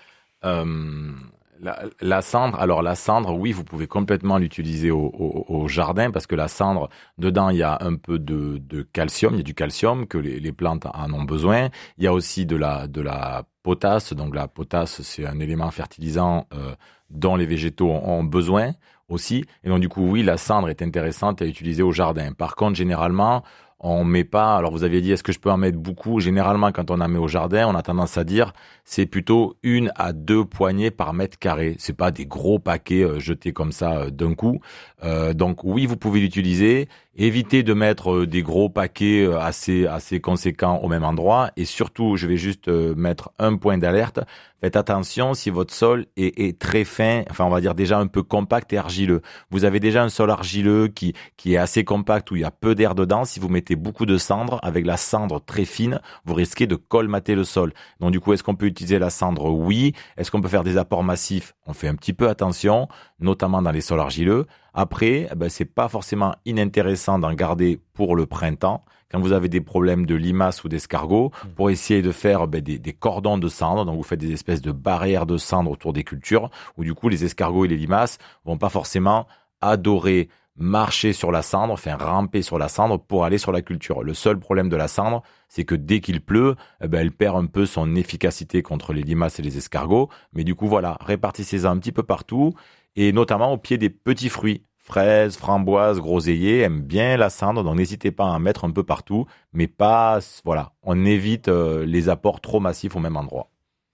la cendre, oui, vous pouvez complètement l'utiliser au jardin parce que la cendre, dedans, il y a un peu de calcium, il y a du calcium que les plantes en ont besoin. Il y a aussi de la potasse, donc la potasse, c'est un élément fertilisant dont les végétaux ont besoin aussi. Et donc, du coup, oui, la cendre est intéressante à utiliser au jardin. Par contre, généralement, on met pas, alors vous aviez dit, est-ce que je peux en mettre beaucoup ? Généralement, quand on en met au jardin, on a tendance à dire, c'est plutôt 1 à 2 poignées par mètre carré. C'est pas des gros paquets jetés comme ça d'un coup. Donc oui, vous pouvez l'utiliser. Évitez de mettre des gros paquets assez conséquents au même endroit. Et surtout, je vais juste mettre un point d'alerte. Faites attention si votre sol est très fin, enfin on va dire déjà un peu compact et argileux. Vous avez déjà un sol argileux qui est assez compact où il y a peu d'air dedans. Si vous mettez beaucoup de cendre, avec la cendre très fine, vous risquez de colmater le sol. Donc du coup, est-ce qu'on peut utiliser la cendre ? Oui. Est-ce qu'on peut faire des apports massifs ? On fait un petit peu attention, notamment dans les sols argileux. Après, c'est pas forcément inintéressant d'en garder pour le printemps. Quand vous avez des problèmes de limaces ou d'escargots, pour essayer de faire des cordons de cendre, donc vous faites des espèces de barrières de cendre autour des cultures, où du coup les escargots et les limaces vont pas forcément adorer marcher sur la cendre, enfin ramper sur la cendre pour aller sur la culture. Le seul problème de la cendre, c'est que dès qu'il pleut, elle perd un peu son efficacité contre les limaces et les escargots. Mais du coup, voilà, répartissez-en un petit peu partout, et notamment au pied des petits fruits. Fraises, framboises, groseilliers aiment bien la cendre, donc n'hésitez pas à en mettre un peu partout, mais pas, voilà, on évite les apports trop massifs au même endroit.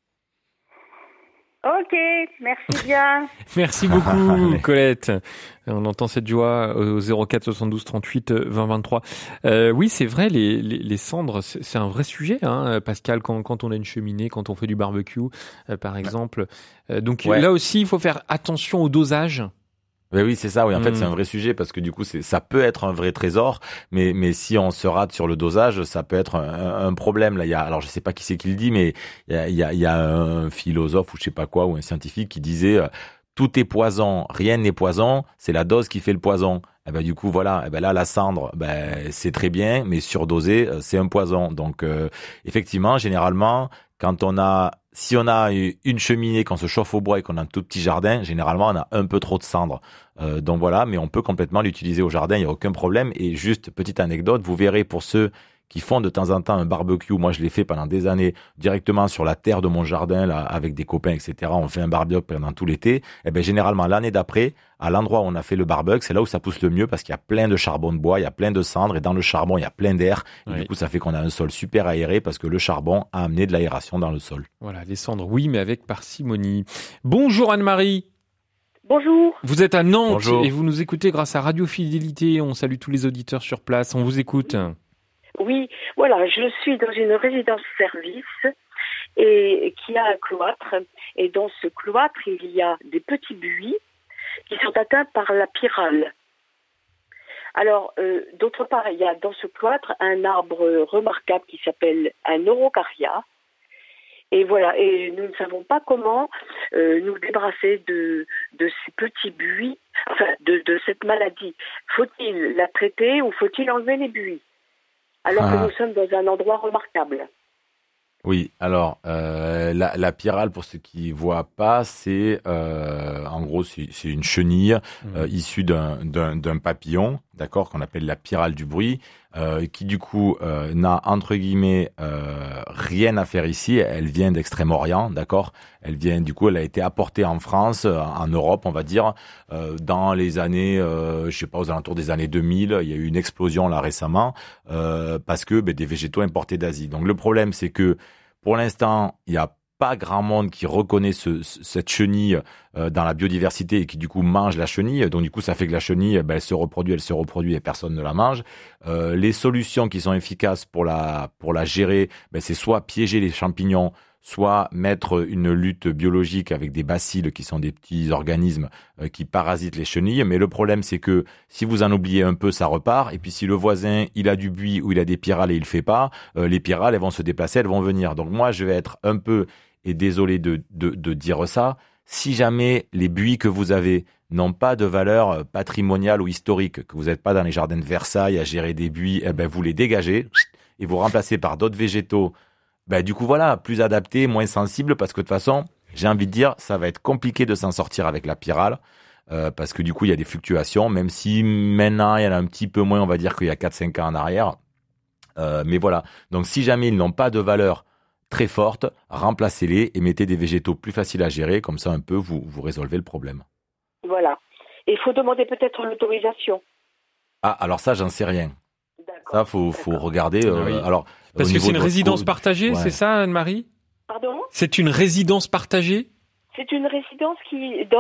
Ok, merci bien. Merci beaucoup Colette. On entend cette joie au 04 72 38 20 23. Oui, c'est vrai, les cendres, c'est un vrai sujet, Pascal, quand on a une cheminée, quand on fait du barbecue, par exemple. Donc là aussi, il faut faire attention au dosage. Oui, c'est ça. Oui, en fait, c'est un vrai sujet parce que du coup, ça peut être un vrai trésor, mais si on se rate sur le dosage, ça peut être un problème. Là, alors je sais pas qui c'est qui le dit, mais il y a un philosophe ou je sais pas quoi ou un scientifique qui disait tout est poison, rien n'est poison, c'est la dose qui fait le poison. Du coup, voilà. Là, la cendre, c'est très bien, mais surdosé, c'est un poison. Donc, effectivement, généralement, si on a une cheminée, qu'on se chauffe au bois et qu'on a un tout petit jardin, généralement, on a un peu trop de cendre. Donc voilà, mais on peut complètement l'utiliser au jardin, il n'y a aucun problème. Et juste, petite anecdote, vous verrez pour ceux qui font de temps en temps un barbecue, moi je l'ai fait pendant des années, directement sur la terre de mon jardin, là, avec des copains, etc. On fait un barbecue pendant tout l'été. Généralement, l'année d'après, à l'endroit où on a fait le barbecue, c'est là où ça pousse le mieux parce qu'il y a plein de charbon de bois, il y a plein de cendres et dans le charbon, il y a plein d'air. Et du coup, ça fait qu'on a un sol super aéré parce que le charbon a amené de l'aération dans le sol. Voilà, les cendres, oui, mais avec parcimonie. Bonjour Anne-Marie. Bonjour. Vous êtes à Nantes. Bonjour. Et vous nous écoutez grâce à Radio Fidélité. On salue tous les auditeurs sur place. On vous écoute. Oui, voilà, je suis dans une résidence-service et qui a un cloître. Et dans ce cloître, il y a des petits buis qui sont atteints par la pyrale. Alors, d'autre part, il y a dans ce cloître un arbre remarquable qui s'appelle un Eurocaria. Et voilà, et nous ne savons pas comment nous débarrasser de ces petits buis, enfin de cette maladie. faut-il la traiter ou faut-il enlever les buis? Alors que nous sommes dans un endroit remarquable. Oui, alors la pyrale, pour ceux qui voient pas, c'est en gros c'est une chenille issue d'un papillon, d'accord, qu'on appelle la pyrale du bruit, qui du coup n'a entre guillemets rien à faire ici. Elle vient d'Extrême-Orient, d'accord. Elle a été apportée en France, en Europe, on va dire, dans les années, je sais pas, aux alentours des années 2000. Il y a eu une explosion là récemment parce que des végétaux importés d'Asie. Donc le problème, c'est que pour l'instant, il n'y a pas grand monde qui reconnaît cette chenille dans la biodiversité et qui du coup mange la chenille. Donc du coup, ça fait que la chenille, elle se reproduit et personne ne la mange. Les solutions qui sont efficaces pour la gérer, c'est soit piéger les champignons, soit mettre une lutte biologique avec des bacilles qui sont des petits organismes qui parasitent les chenilles. Mais le problème, c'est que si vous en oubliez un peu, ça repart. Et puis si le voisin, il a du buis ou il a des pyrales et il le fait pas, les pyrales, elles vont se déplacer, elles vont venir. Donc moi, je vais être un peu, et désolé de dire ça, si jamais les buis que vous avez n'ont pas de valeur patrimoniale ou historique, que vous n'êtes pas dans les jardins de Versailles à gérer des buis, vous les dégagez et vous remplacez par d'autres végétaux. Du coup, voilà, plus adapté, moins sensible, parce que de toute façon, j'ai envie de dire, ça va être compliqué de s'en sortir avec la pyrale, parce que du coup, il y a des fluctuations, même si maintenant, il y en a un petit peu moins, on va dire qu'il y a 4-5 ans en arrière. Mais voilà, donc si jamais ils n'ont pas de valeur très forte, remplacez-les et mettez des végétaux plus faciles à gérer, comme ça un peu, vous résolvez le problème. Voilà. Et il faut demander peut-être l'autorisation. Ah, alors ça, j'en sais rien. Ça, faut regarder. Oui. Alors, parce que c'est une résidence partagée, c'est ça, Anne-Marie? Pardon? C'est une résidence partagée? C'est une résidence qui,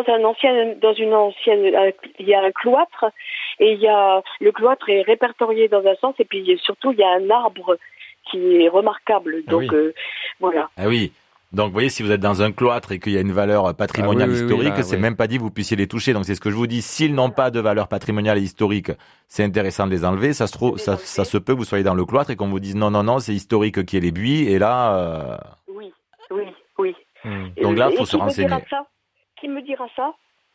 il y a un cloître et le cloître est répertorié dans un sens et puis surtout il y a un arbre qui est remarquable. Donc voilà. Ah oui. Donc, vous voyez, si vous êtes dans un cloître et qu'il y a une valeur patrimoniale historique, c'est même pas dit que vous puissiez les toucher. Donc, c'est ce que je vous dis. S'ils n'ont pas de valeur patrimoniale et historique, c'est intéressant de les enlever. Ça se peut que vous soyez dans le cloître et qu'on vous dise non, c'est historique qui est les buis. Et là, Oui. Donc là, il faut se renseigner. Qui me dira ça?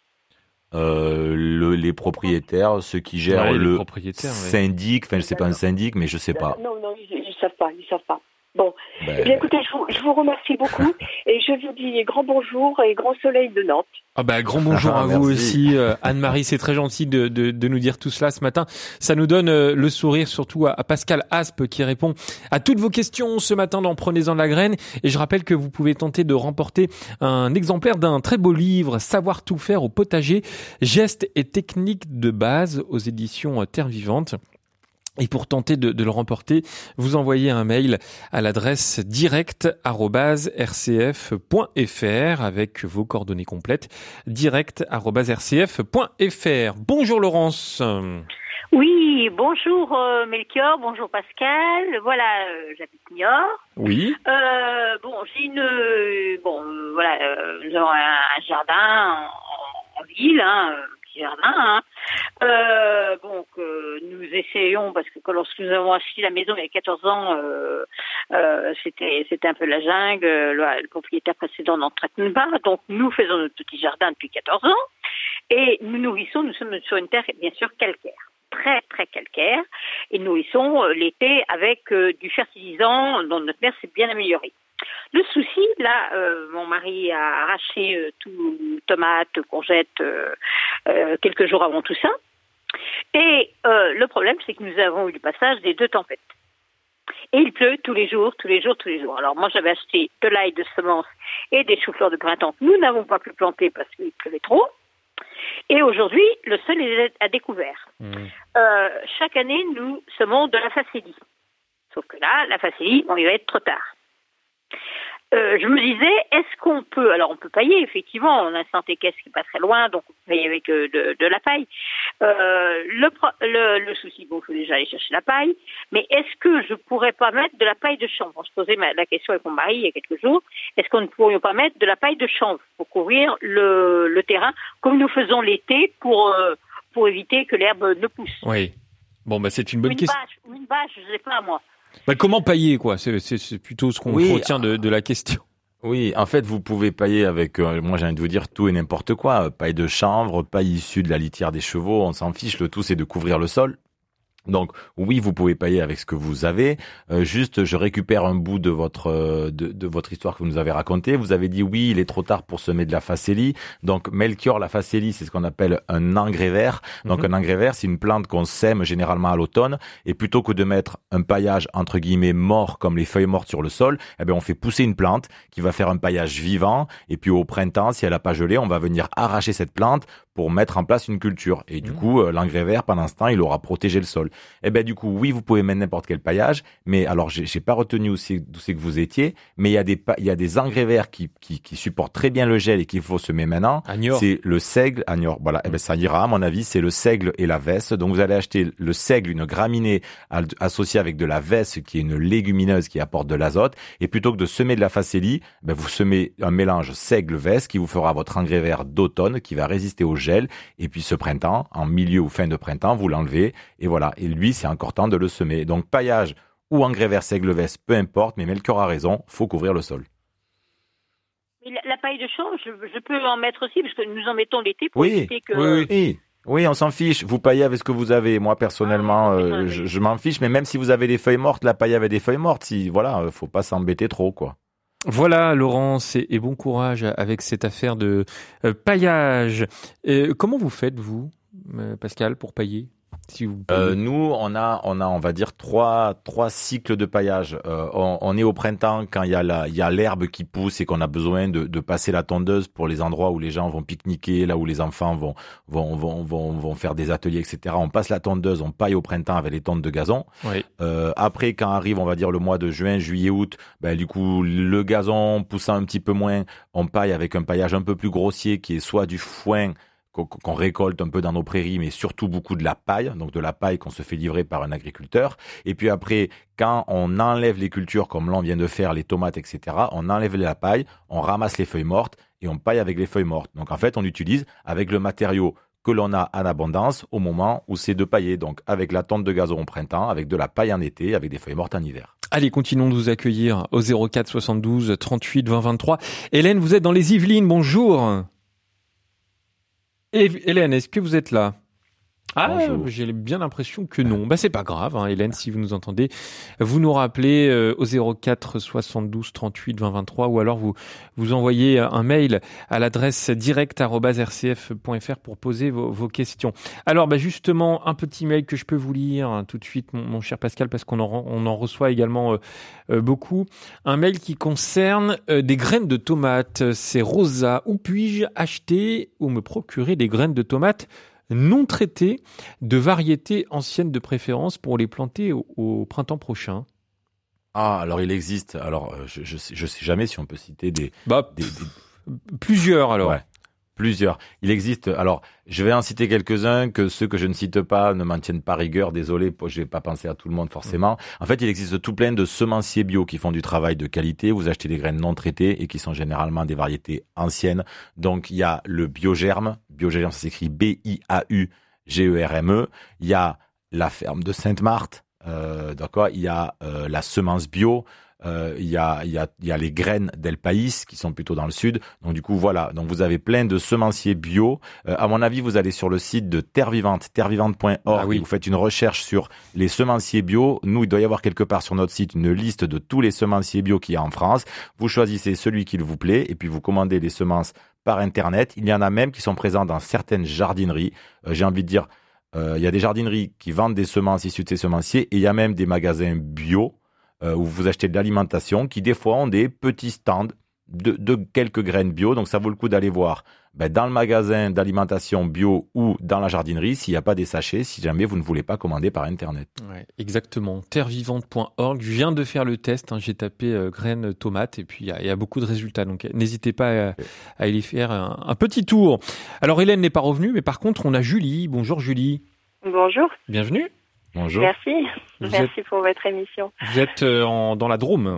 Les propriétaires, ceux qui gèrent le syndic. Enfin, je sais pas un syndic, mais je sais pas. Non, ils savent pas. Bon, écoutez, je vous remercie beaucoup et je vous dis grand bonjour et grand soleil de Nantes. Grand bonjour à vous aussi, Anne-Marie, c'est très gentil de nous dire tout cela ce matin. Ça nous donne le sourire, surtout à Pascal Aspe qui répond à toutes vos questions ce matin dans Prenez-en de la graine. Et je rappelle que vous pouvez tenter de remporter un exemplaire d'un très beau livre, Savoir tout faire au potager, gestes et techniques de base aux éditions Terre Vivante. Et pour tenter de le remporter, vous envoyez un mail à l'adresse direct@rcf.fr avec vos coordonnées complètes, direct@rcf.fr. Bonjour Laurence. Oui, bonjour Melchior, bonjour Pascal. Voilà, j'habite Niort. Oui. Nous avons un jardin en ville, jardin. Nous essayons, parce que lorsque nous avons acheté la maison il y a 14 ans, c'était un peu la jungle, le propriétaire précédent n'entretenait pas, donc nous faisons notre petit jardin depuis 14 ans, et nous sommes sur une terre bien sûr calcaire, très très calcaire, et nous nourrissons l'été avec du fertilisant dont notre terre s'est bien améliorée. Le souci, là, mon mari a arraché tout tomates, courgettes quelques jours avant tout ça. Et le problème, c'est que nous avons eu le passage des 2 tempêtes. Et il pleut tous les jours. Alors moi, j'avais acheté de l'ail de semence et des choux-fleurs de printemps. Nous n'avons pas pu planter parce qu'il pleuvait trop. Et aujourd'hui, le sol est à découvert. Chaque année, nous semons de la facélie. Sauf que là, la facélie, il va être trop tard. Je me disais, est-ce qu'on peut... Alors, on peut pailler, effectivement. On a un Saint-Équestre qui est pas très loin, donc on peut pailler avec de la paille. Le souci, il faut déjà aller chercher la paille. Mais est-ce que je pourrais pas mettre de la paille de chanvre? On se posait la question avec mon mari il y a quelques jours. Est-ce qu'on ne pourrait pas mettre de la paille de chanvre pour couvrir le terrain, comme nous faisons l'été, pour éviter que l'herbe ne pousse? Oui. Bon, c'est une bonne question. Une bâche, je sais pas, moi. Comment pailler, quoi? C'est plutôt ce qu'on retient de la question. Oui, en fait, vous pouvez pailler avec, moi j'ai envie de vous dire, tout et n'importe quoi. Paille de chanvre, paille issue de la litière des chevaux, on s'en fiche. Le tout, c'est de couvrir le sol. Donc oui, vous pouvez pailler avec ce que vous avez. Juste, je récupère un bout de votre de votre histoire que vous nous avez racontée. Vous avez dit oui, il est trop tard pour semer de la facélie. Donc Melchior, la facélie, c'est ce qu'on appelle un engrais vert. Donc un engrais vert, c'est une plante qu'on sème généralement à l'automne. Et plutôt que de mettre un paillage entre guillemets mort comme les feuilles mortes sur le sol, eh bien on fait pousser une plante qui va faire un paillage vivant. Et puis au printemps, si elle a pas gelé, on va venir arracher cette plante pour mettre en place une culture. Et du coup, l'engrais vert, pendant ce temps, il aura protégé le sol. Eh ben du coup, oui, vous pouvez mettre n'importe quel paillage, mais alors j'ai pas retenu d'où c'est que vous étiez, mais il y a des engrais verts qui supportent très bien le gel et qu'il faut semer maintenant. Agnor. C'est le seigle, Agnor. Voilà, eh ben ça ira à mon avis, c'est le seigle et la vesse. Donc vous allez acheter le seigle, une graminée associée avec de la vesse qui est une légumineuse qui apporte de l'azote, et plutôt que de semer de la facélie, ben vous semez un mélange seigle-vesse qui vous fera votre engrais vert d'automne qui va résister au gel, et puis ce printemps, en milieu ou fin de printemps, vous l'enlevez, et voilà. Et lui, c'est encore temps de le semer. Donc paillage ou engrais vert seigle-vesse, peu importe, mais Melchior a raison, faut couvrir le sol. Mais la paille de chanvre, je peux en mettre aussi, parce que nous en mettons l'été pour éviter que... Oui, on s'en fiche. Vous paillez avec ce que vous avez. Moi, personnellement, je m'en fiche, mais même si vous avez des feuilles mortes, la paille avec des feuilles mortes, faut pas s'embêter trop, quoi. Voilà, Laurence, et bon courage avec cette affaire de paillage. Comment vous faites, vous, Pascal, pour pailler, si vous nous, on va dire trois cycles de paillage. On est au printemps quand il y a l'herbe qui pousse et qu'on a besoin de passer la tondeuse pour les endroits où les gens vont pique-niquer, là où les enfants vont faire des ateliers, etc. On passe la tondeuse, on paille au printemps avec les tondes de gazon. Oui. Après, quand arrive, on va dire le mois de juin, juillet, août, du coup, le gazon poussant un petit peu moins, on paille avec un paillage un peu plus grossier qui est soit du foin qu'on récolte un peu dans nos prairies, mais surtout beaucoup de la paille, donc de la paille qu'on se fait livrer par un agriculteur. Et puis après, quand on enlève les cultures, comme là on vient de faire, les tomates, etc., on enlève la paille, on ramasse les feuilles mortes et on paille avec les feuilles mortes. Donc en fait, on utilise avec le matériau que l'on a en abondance au moment où c'est de pailler. Donc avec la tonte de gazon au printemps, avec de la paille en été, avec des feuilles mortes en hiver. Allez, continuons de vous accueillir au 04 72 38 20 23. Hélène, vous êtes dans les Yvelines, bonjour. Hélène, est-ce que vous êtes là ? Bonjour. J'ai bien l'impression que non. C'est pas grave, hein, Hélène, si vous nous entendez, vous nous rappelez au 04 72 38 20 23 ou alors vous envoyez un mail à l'adresse direct@rcf.fr pour poser vos questions. Alors justement, un petit mail que je peux vous lire tout de suite, mon cher Pascal, parce qu'on en reçoit également beaucoup. Un mail qui concerne des graines de tomates. C'est Rosa. Où puis-je acheter ou me procurer des graines de tomates non traitées de variétés anciennes de préférence pour les planter au printemps prochain? Alors il existe. Alors je sais jamais si on peut citer des plusieurs alors. Ouais. Plusieurs. Il existe. Alors, je vais en citer quelques-uns, que ceux que je ne cite pas ne m'en tiennent pas rigueur. Désolé, je vais pas penser à tout le monde forcément. En fait, il existe tout plein de semenciers bio qui font du travail de qualité. Vous achetez des graines non traitées et qui sont généralement des variétés anciennes. Donc, il y a le Biogerme. Biogerme, ça s'écrit BIAUGERME. Il y a la ferme de Sainte-Marthe. D'accord. Il y a la semence bio. Il y a les graines d'El País qui sont plutôt dans le sud. Donc du coup voilà, donc vous avez plein de semenciers bio. À mon avis, vous allez sur le site de Terre Vivante, terrevivante.org. Et vous faites une recherche sur les semenciers bio. Nous, il doit y avoir quelque part sur notre site une liste de tous les semenciers bio qu'il y a en France. Vous choisissez celui qui vous plaît et puis vous commandez les semences par internet. Il y en a même qui sont présents dans certaines jardineries. J'ai envie de dire, il y a des jardineries qui vendent des semences issues de ces semenciers et il y a même des magasins bio où vous achetez de l'alimentation qui des fois ont des petits stands de quelques graines bio. Donc ça vaut le coup d'aller voir dans le magasin d'alimentation bio ou dans la jardinerie s'il n'y a pas des sachets, si jamais vous ne voulez pas commander par internet. Ouais, exactement. Terrevivante.org. Je viens de faire le test. J'ai tapé graines tomates et puis il y a beaucoup de résultats. Donc n'hésitez pas à y faire un petit tour. Alors Hélène n'est pas revenue, mais par contre on a Julie. Bonjour Julie. Bonjour. Bienvenue. Bonjour. Merci. Merci pour votre émission. Vous êtes dans la Drôme?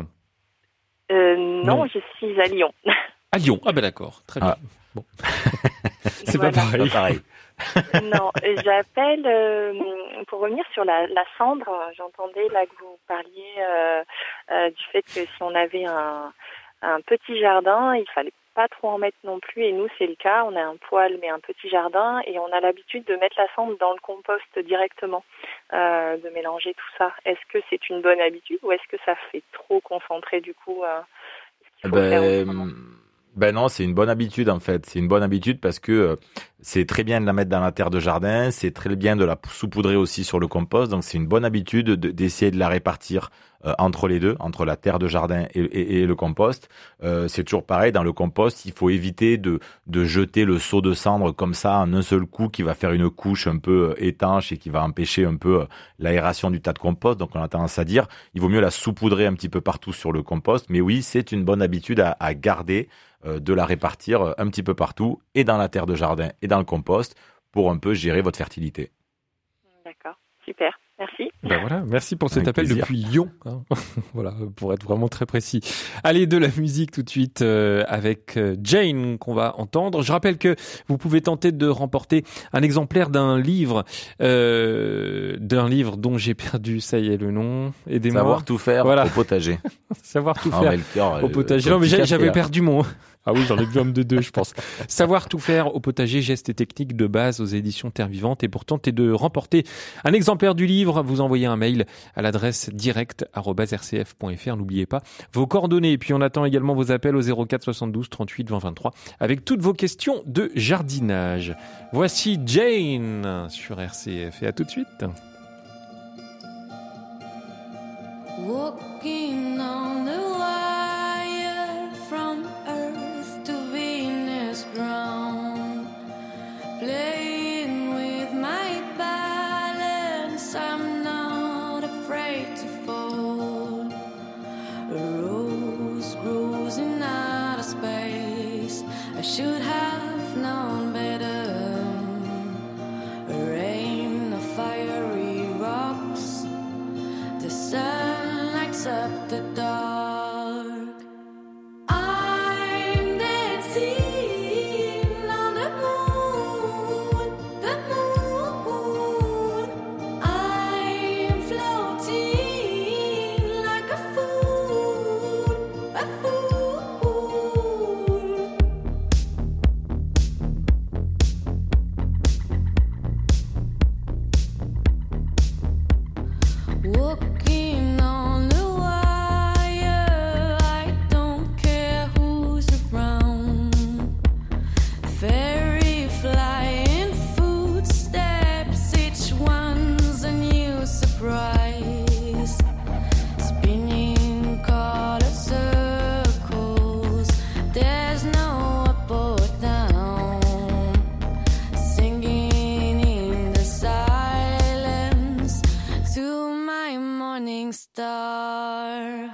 Non, je suis à Lyon. À Lyon. Ah d'accord. Très bien. Bon. C'est voilà. Pas pareil. Non, j'appelle pour revenir sur la cendre. J'entendais là que vous parliez du fait que si on avait un petit jardin, il fallait pas trop en mettre non plus, et nous c'est le cas, on a un poêle mais un petit jardin, et on a l'habitude de mettre la cendre dans le compost directement, de mélanger tout ça. Est-ce que c'est une bonne habitude ou est-ce que ça fait trop concentré du coup est-ce qu'il faut le faire autrement ? Ben non, c'est une bonne habitude en fait. C'est une bonne habitude parce que c'est très bien de la mettre dans la terre de jardin, c'est très bien de la saupoudrer aussi sur le compost. Donc c'est une bonne habitude d'essayer de la répartir entre les deux, entre la terre de jardin et le compost. C'est toujours pareil, dans le compost, il faut éviter de jeter le seau de cendre comme ça en un seul coup qui va faire une couche un peu étanche et qui va empêcher un peu l'aération du tas de compost. Donc on a tendance à dire, il vaut mieux la saupoudrer un petit peu partout sur le compost. Mais oui, c'est une bonne habitude à garder, de la répartir un petit peu partout et dans la terre de jardin et dans le compost pour un peu gérer votre fertilité. D'accord, super. Merci. Ben voilà, merci pour cet Avec appel plaisir. depuis Lyon. Hein. Voilà, pour être vraiment très précis. Allez, de la musique tout de suite avec Jane qu'on va entendre. Je rappelle que vous pouvez tenter de remporter un exemplaire d'un livre dont j'ai perdu, ça y est, le nom. Aidez-moi. Savoir tout faire au potager. Savoir tout Ah, faire Melchior, au potager. Non, mais j'avais perdu mon... Ah oui, j'en ai vu un de deux, je pense. Savoir tout faire au potager, gestes et techniques de base aux éditions Terre Vivante. Et pour tenter de remporter un exemplaire du livre, vous envoyez un mail à l'adresse direct@rcf.fr. N'oubliez pas vos coordonnées. Et puis on attend également vos appels au 04 72 38 20 23 avec toutes vos questions de jardinage. Voici Jane sur RCF. Et à tout de suite. Walking on the wire from Earth to Venus ground, playing with my balance, I'm not afraid to fall. A rose grows in outer space, I should have known better. A rain of fiery rocks, the sun lights up the dark. I'm dancing on the moon, the moon. I'm floating like a fool, a fool. Walking on the wire, I don't care who's around. Fairy flying footsteps, each one's a new surprise. Spinning colored circles, there's no up or down. Singing in the silence to my morning star.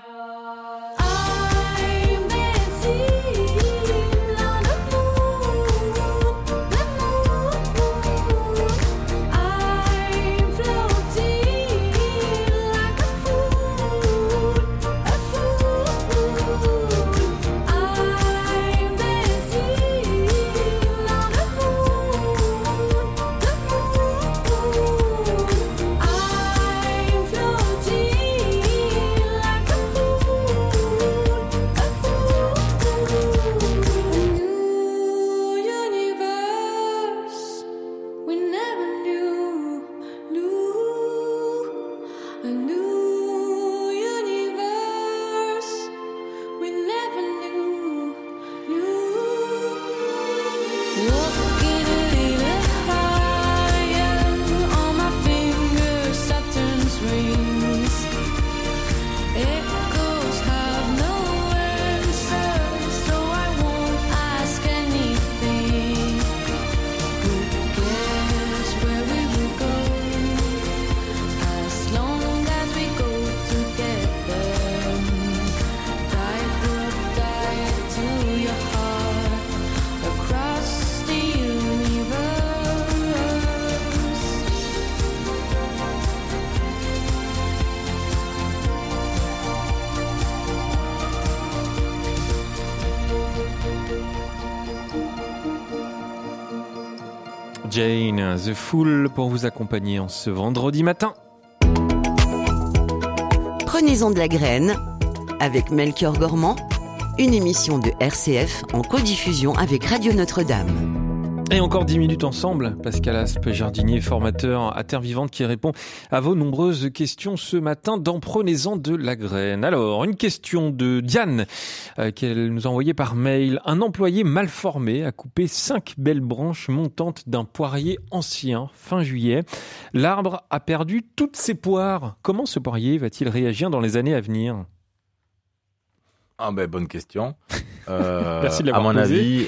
I'm dancing on the moon, the moon. I'm floating like a fool, a fool. I'm dancing on the moon, the moon. I'm floating like a fool, a fool. New universe we never knew, a new universe we never knew. Walking a little higher, on my fingers Saturn's rings. Echoes have no answers, so I won't ask anything. Who cares where we will go, as long as we go together? Tight rope tied to your heart, across the universe. Jane, The Fool pour vous accompagner en ce vendredi matin. Prenez-en de la graine avec Melchior Gormand une émission de RCF en codiffusion avec Radio Notre-Dame. Et encore 10 minutes ensemble, Pascal Aspe, jardinier, formateur à Terre Vivante qui répond à vos nombreuses questions ce matin dans Prenez-en de la graine. Alors, une question de Diane qu'elle nous a envoyée par mail. Un employé mal formé a coupé 5 belles branches montantes d'un poirier ancien fin juillet. L'arbre a perdu toutes ses poires. Comment ce poirier va-t-il réagir dans les années à venir ? Bonne question. Merci de l'avoir à mon posé.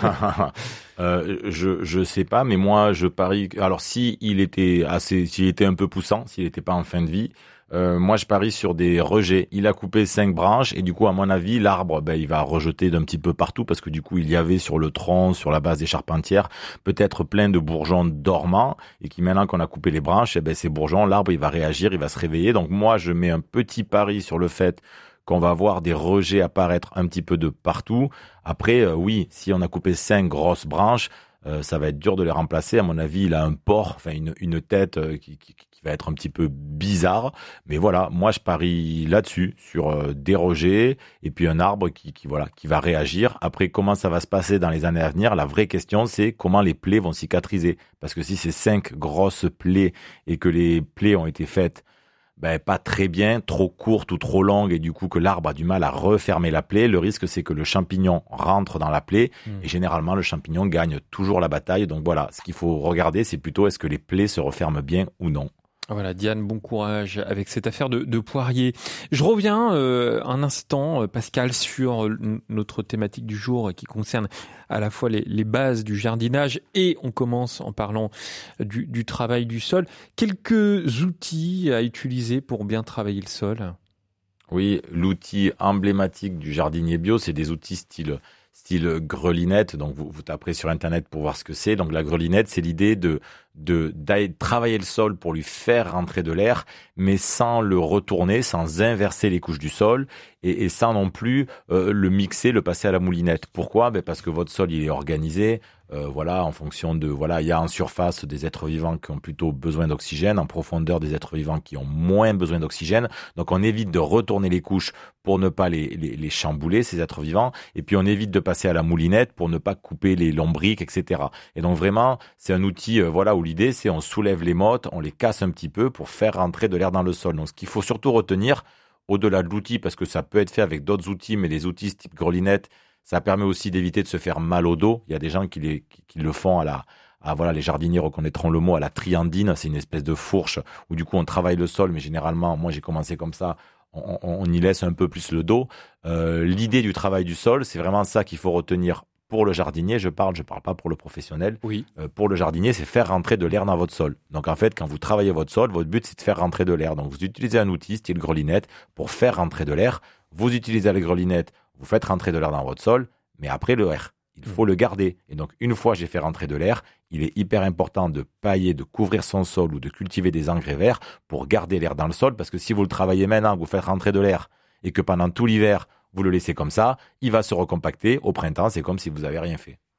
avis, je sais pas, mais moi je parie. Alors s'il était un peu poussant, s'il n'était pas en fin de vie, moi je parie sur des rejets. Il a coupé 5 branches et du coup à mon avis l'arbre, il va rejeter d'un petit peu partout parce que du coup il y avait sur le tronc, sur la base des charpentières, peut-être plein de bourgeons dormants et qui maintenant qu'on a coupé les branches, ces bourgeons, l'arbre il va réagir, il va se réveiller. Donc moi je mets un petit pari sur le fait qu'on va voir des rejets apparaître un petit peu de partout. Après, oui, si on a coupé 5 grosses branches, ça va être dur de les remplacer. À mon avis, il a un port, une tête qui va être un petit peu bizarre. Mais voilà, moi je parie là-dessus, sur des rejets et puis un arbre qui va réagir. Après, comment ça va se passer dans les années à venir ? La vraie question, c'est comment les plaies vont cicatriser. Parce que si c'est 5 grosses plaies et que les plaies ont été faites pas très bien, trop courte ou trop longue et du coup que l'arbre a du mal à refermer la plaie, le risque c'est que le champignon rentre dans la plaie et généralement le champignon gagne toujours la bataille. Donc voilà, ce qu'il faut regarder c'est plutôt est-ce que les plaies se referment bien ou non. Voilà, Diane, bon courage avec cette affaire de poirier. Je reviens un instant, Pascal, sur notre thématique du jour qui concerne à la fois les bases du jardinage et on commence en parlant du travail du sol. Quelques outils à utiliser pour bien travailler le sol ? Oui, l'outil emblématique du jardinier bio, c'est des outils style grelinette. Donc vous taperez sur internet pour voir ce que c'est. Donc la grelinette, c'est l'idée d'aller travailler le sol pour lui faire rentrer de l'air, mais sans le retourner, sans inverser les couches du sol et sans non plus le mixer, le passer à la moulinette. Pourquoi ? Parce que votre sol il est organisé. En fonction de il y a en surface des êtres vivants qui ont plutôt besoin d'oxygène, en profondeur des êtres vivants qui ont moins besoin d'oxygène. Donc on évite de retourner les couches pour ne pas les chambouler ces êtres vivants, et puis on évite de passer à la moulinette pour ne pas couper les lombriques, etc. Et donc vraiment c'est un outil où l'idée c'est on soulève les mottes, on les casse un petit peu pour faire rentrer de l'air dans le sol. Donc ce qu'il faut surtout retenir au-delà de l'outil, parce que ça peut être fait avec d'autres outils, mais les outils type grelinette, ça permet aussi d'éviter de se faire mal au dos. Il y a des gens qui le font les jardiniers reconnaîtront le mot, à la triandine. C'est une espèce de fourche où du coup on travaille le sol, mais généralement, moi j'ai commencé comme ça, on y laisse un peu plus le dos. L'idée du travail du sol, c'est vraiment ça qu'il faut retenir pour le jardinier. Je parle pas pour le professionnel. Oui. Pour le jardinier, c'est faire rentrer de l'air dans votre sol. Donc en fait, quand vous travaillez votre sol, votre but c'est de faire rentrer de l'air. Donc vous utilisez un outil style grelinette pour faire rentrer de l'air. Vous utilisez la grelinette, vous faites rentrer de l'air dans votre sol, mais après le air, il faut le garder. Et donc, une fois j'ai fait rentrer de l'air, il est hyper important de pailler, de couvrir son sol ou de cultiver des engrais verts pour garder l'air dans le sol, parce que si vous le travaillez maintenant, que vous faites rentrer de l'air et que pendant tout l'hiver, vous le laissez comme ça, il va se recompacter. Au printemps, c'est comme si vous n'avez rien fait.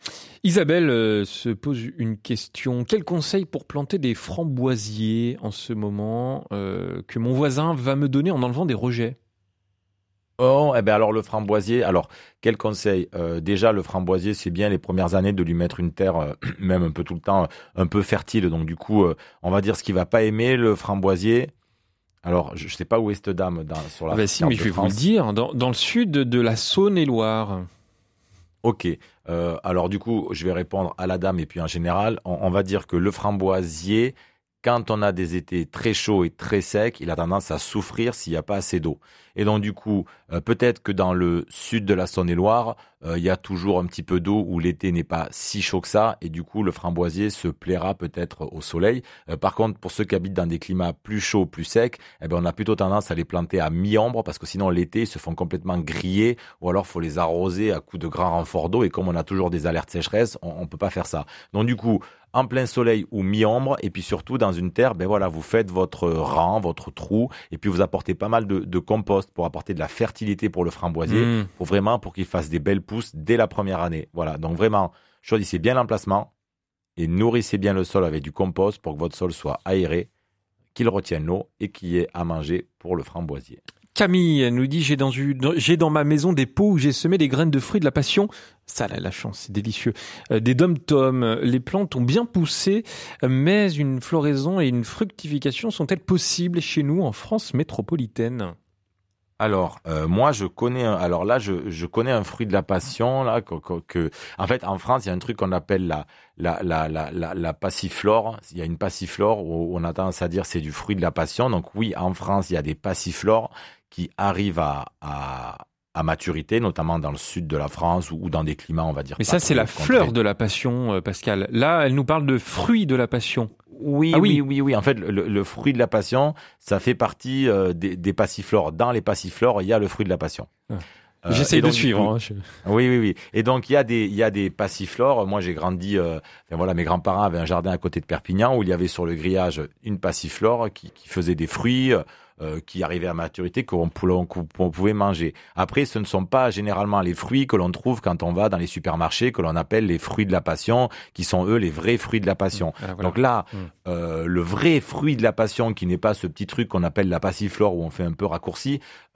Isabelle se pose une question. Quel conseil pour planter des framboisiers en ce moment que mon voisin va me donner en enlevant des rejets ? Alors le framboisier, quel conseil ? Déjà le framboisier, c'est bien les premières années de lui mettre une terre, même un peu tout le temps, un peu fertile. Donc du coup, on va dire ce qu'il va pas aimer, le framboisier. Alors je sais pas où est cette dame sur la carte si, mais de je vais France. vous le dire, dans le sud de la Saône-et-Loire. Ok, alors du coup, je vais répondre à la dame et puis en général, on va dire que le framboisier, quand on a des étés très chauds et très secs, il a tendance à souffrir s'il n'y a pas assez d'eau. Et donc du coup, peut-être que dans le sud de la Saône-et-Loire, il y a toujours un petit peu d'eau où l'été n'est pas si chaud que ça. Et du coup, le framboisier se plaira peut-être au soleil. Par contre, pour ceux qui habitent dans des climats plus chauds, plus secs, on a plutôt tendance à les planter à mi-ombre parce que sinon l'été, ils se font complètement griller ou alors faut les arroser à coups de grands renforts d'eau. Et comme on a toujours des alertes sécheresse, on peut pas faire ça. Donc du coup, en plein soleil ou mi-ombre, et puis surtout dans une terre, vous faites votre rang, votre trou, et puis vous apportez pas mal de compost pour apporter de la fertilité pour le framboisier, pour qu'il fasse des belles pousses dès la première année. Voilà, donc vraiment, choisissez bien l'emplacement et nourrissez bien le sol avec du compost pour que votre sol soit aéré, qu'il retienne l'eau et qu'il y ait à manger pour le framboisier. Camille nous dit j'ai dans ma maison des pots où j'ai semé des graines de fruits de la passion. Ça, là, la chance, c'est délicieux. Des dom-toms. Les plantes ont bien poussé, mais une floraison et une fructification sont-elles possibles chez nous en France métropolitaine? Alors, moi, je connais un fruit de la passion, là, en fait, en France, il y a un truc qu'on appelle la passiflore. Il y a une passiflore où on a tendance à dire c'est du fruit de la passion. Donc oui, en France, il y a des passiflores qui arrivent à maturité, notamment dans le sud de la France ou dans des climats, on va dire. Mais ça, c'est la fleur de la passion, Pascal. Là, elle nous parle de fruit de la passion. Oui. En fait, le fruit de la passion, ça fait partie des passiflores. Dans les passiflores, il y a le fruit de la passion. J'essaye de suivre. Oui. Et donc, il y a des passiflores. Moi, j'ai grandi, mes grands-parents avaient un jardin à côté de Perpignan où il y avait sur le grillage une passiflore qui faisait des fruits, qui arrivaient à maturité, qu'on pouvait manger. Après, ce ne sont pas généralement les fruits que l'on trouve quand on va dans les supermarchés, que l'on appelle les fruits de la passion, qui sont eux les vrais fruits de la passion. Voilà. Donc là, le vrai fruit de la passion, qui n'est pas ce petit truc qu'on appelle la passiflore où on fait un peu raccourci,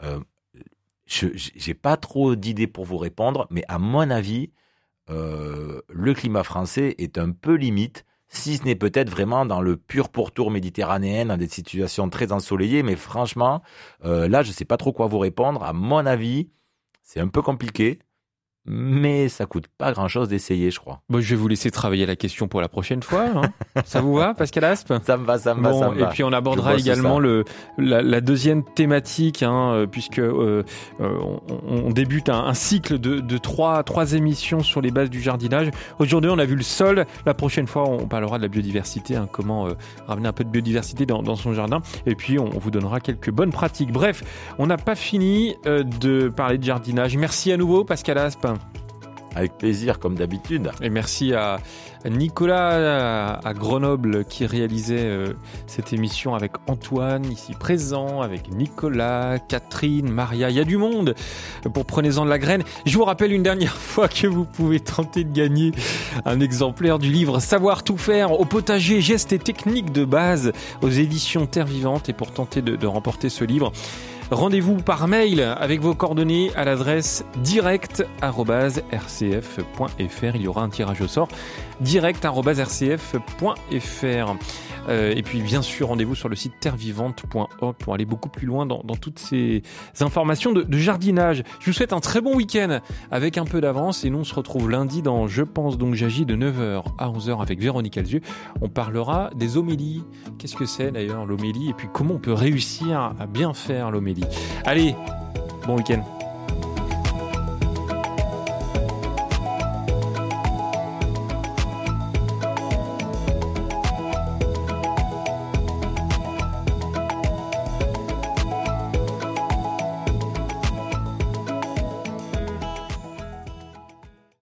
j'ai pas trop d'idées pour vous répondre, mais à mon avis, le climat français est un peu limite, si ce n'est peut-être vraiment dans le pur pourtour méditerranéen, dans des situations très ensoleillées, mais franchement, là, je sais pas trop quoi vous répondre. À mon avis, c'est un peu compliqué, mais ça coûte pas grand-chose d'essayer, je crois. Bon, je vais vous laisser travailler la question pour la prochaine fois. Hein. Ça vous va, Pascal Aspe? Ça me va. Et puis on abordera également la deuxième thématique, hein, puisque on débute un cycle de trois émissions sur les bases du jardinage. Aujourd'hui, on a vu le sol. La prochaine fois, on parlera de la biodiversité, hein, comment ramener un peu de biodiversité dans son jardin. Et puis, on vous donnera quelques bonnes pratiques. Bref, on n'a pas fini de parler de jardinage. Merci à nouveau, Pascal Aspe. Avec plaisir, comme d'habitude. Et merci à Nicolas à Grenoble qui réalisait cette émission avec Antoine ici présent, avec Nicolas, Catherine, Maria. Il y a du monde pour Prenez-en de la graine. Je vous rappelle une dernière fois que vous pouvez tenter de gagner un exemplaire du livre Savoir tout faire au potager, gestes et techniques de base aux éditions Terre Vivante. Et pour tenter de remporter ce livre, rendez-vous par mail avec vos coordonnées à l'adresse direct@rcf.fr. Il y aura un tirage au sort direct@rcf.fr. Et puis bien sûr, rendez-vous sur le site terrevivante.org pour aller beaucoup plus loin dans toutes ces informations de jardinage. Je vous souhaite un très bon week-end avec un peu d'avance et nous on se retrouve lundi dans Je pense donc j'agis de 9h à 11h avec Véronique Alzieux. On parlera des homélies. Qu'est-ce que c'est d'ailleurs l'homélie et puis comment on peut réussir à bien faire l'homélie. Allez, bon week-end.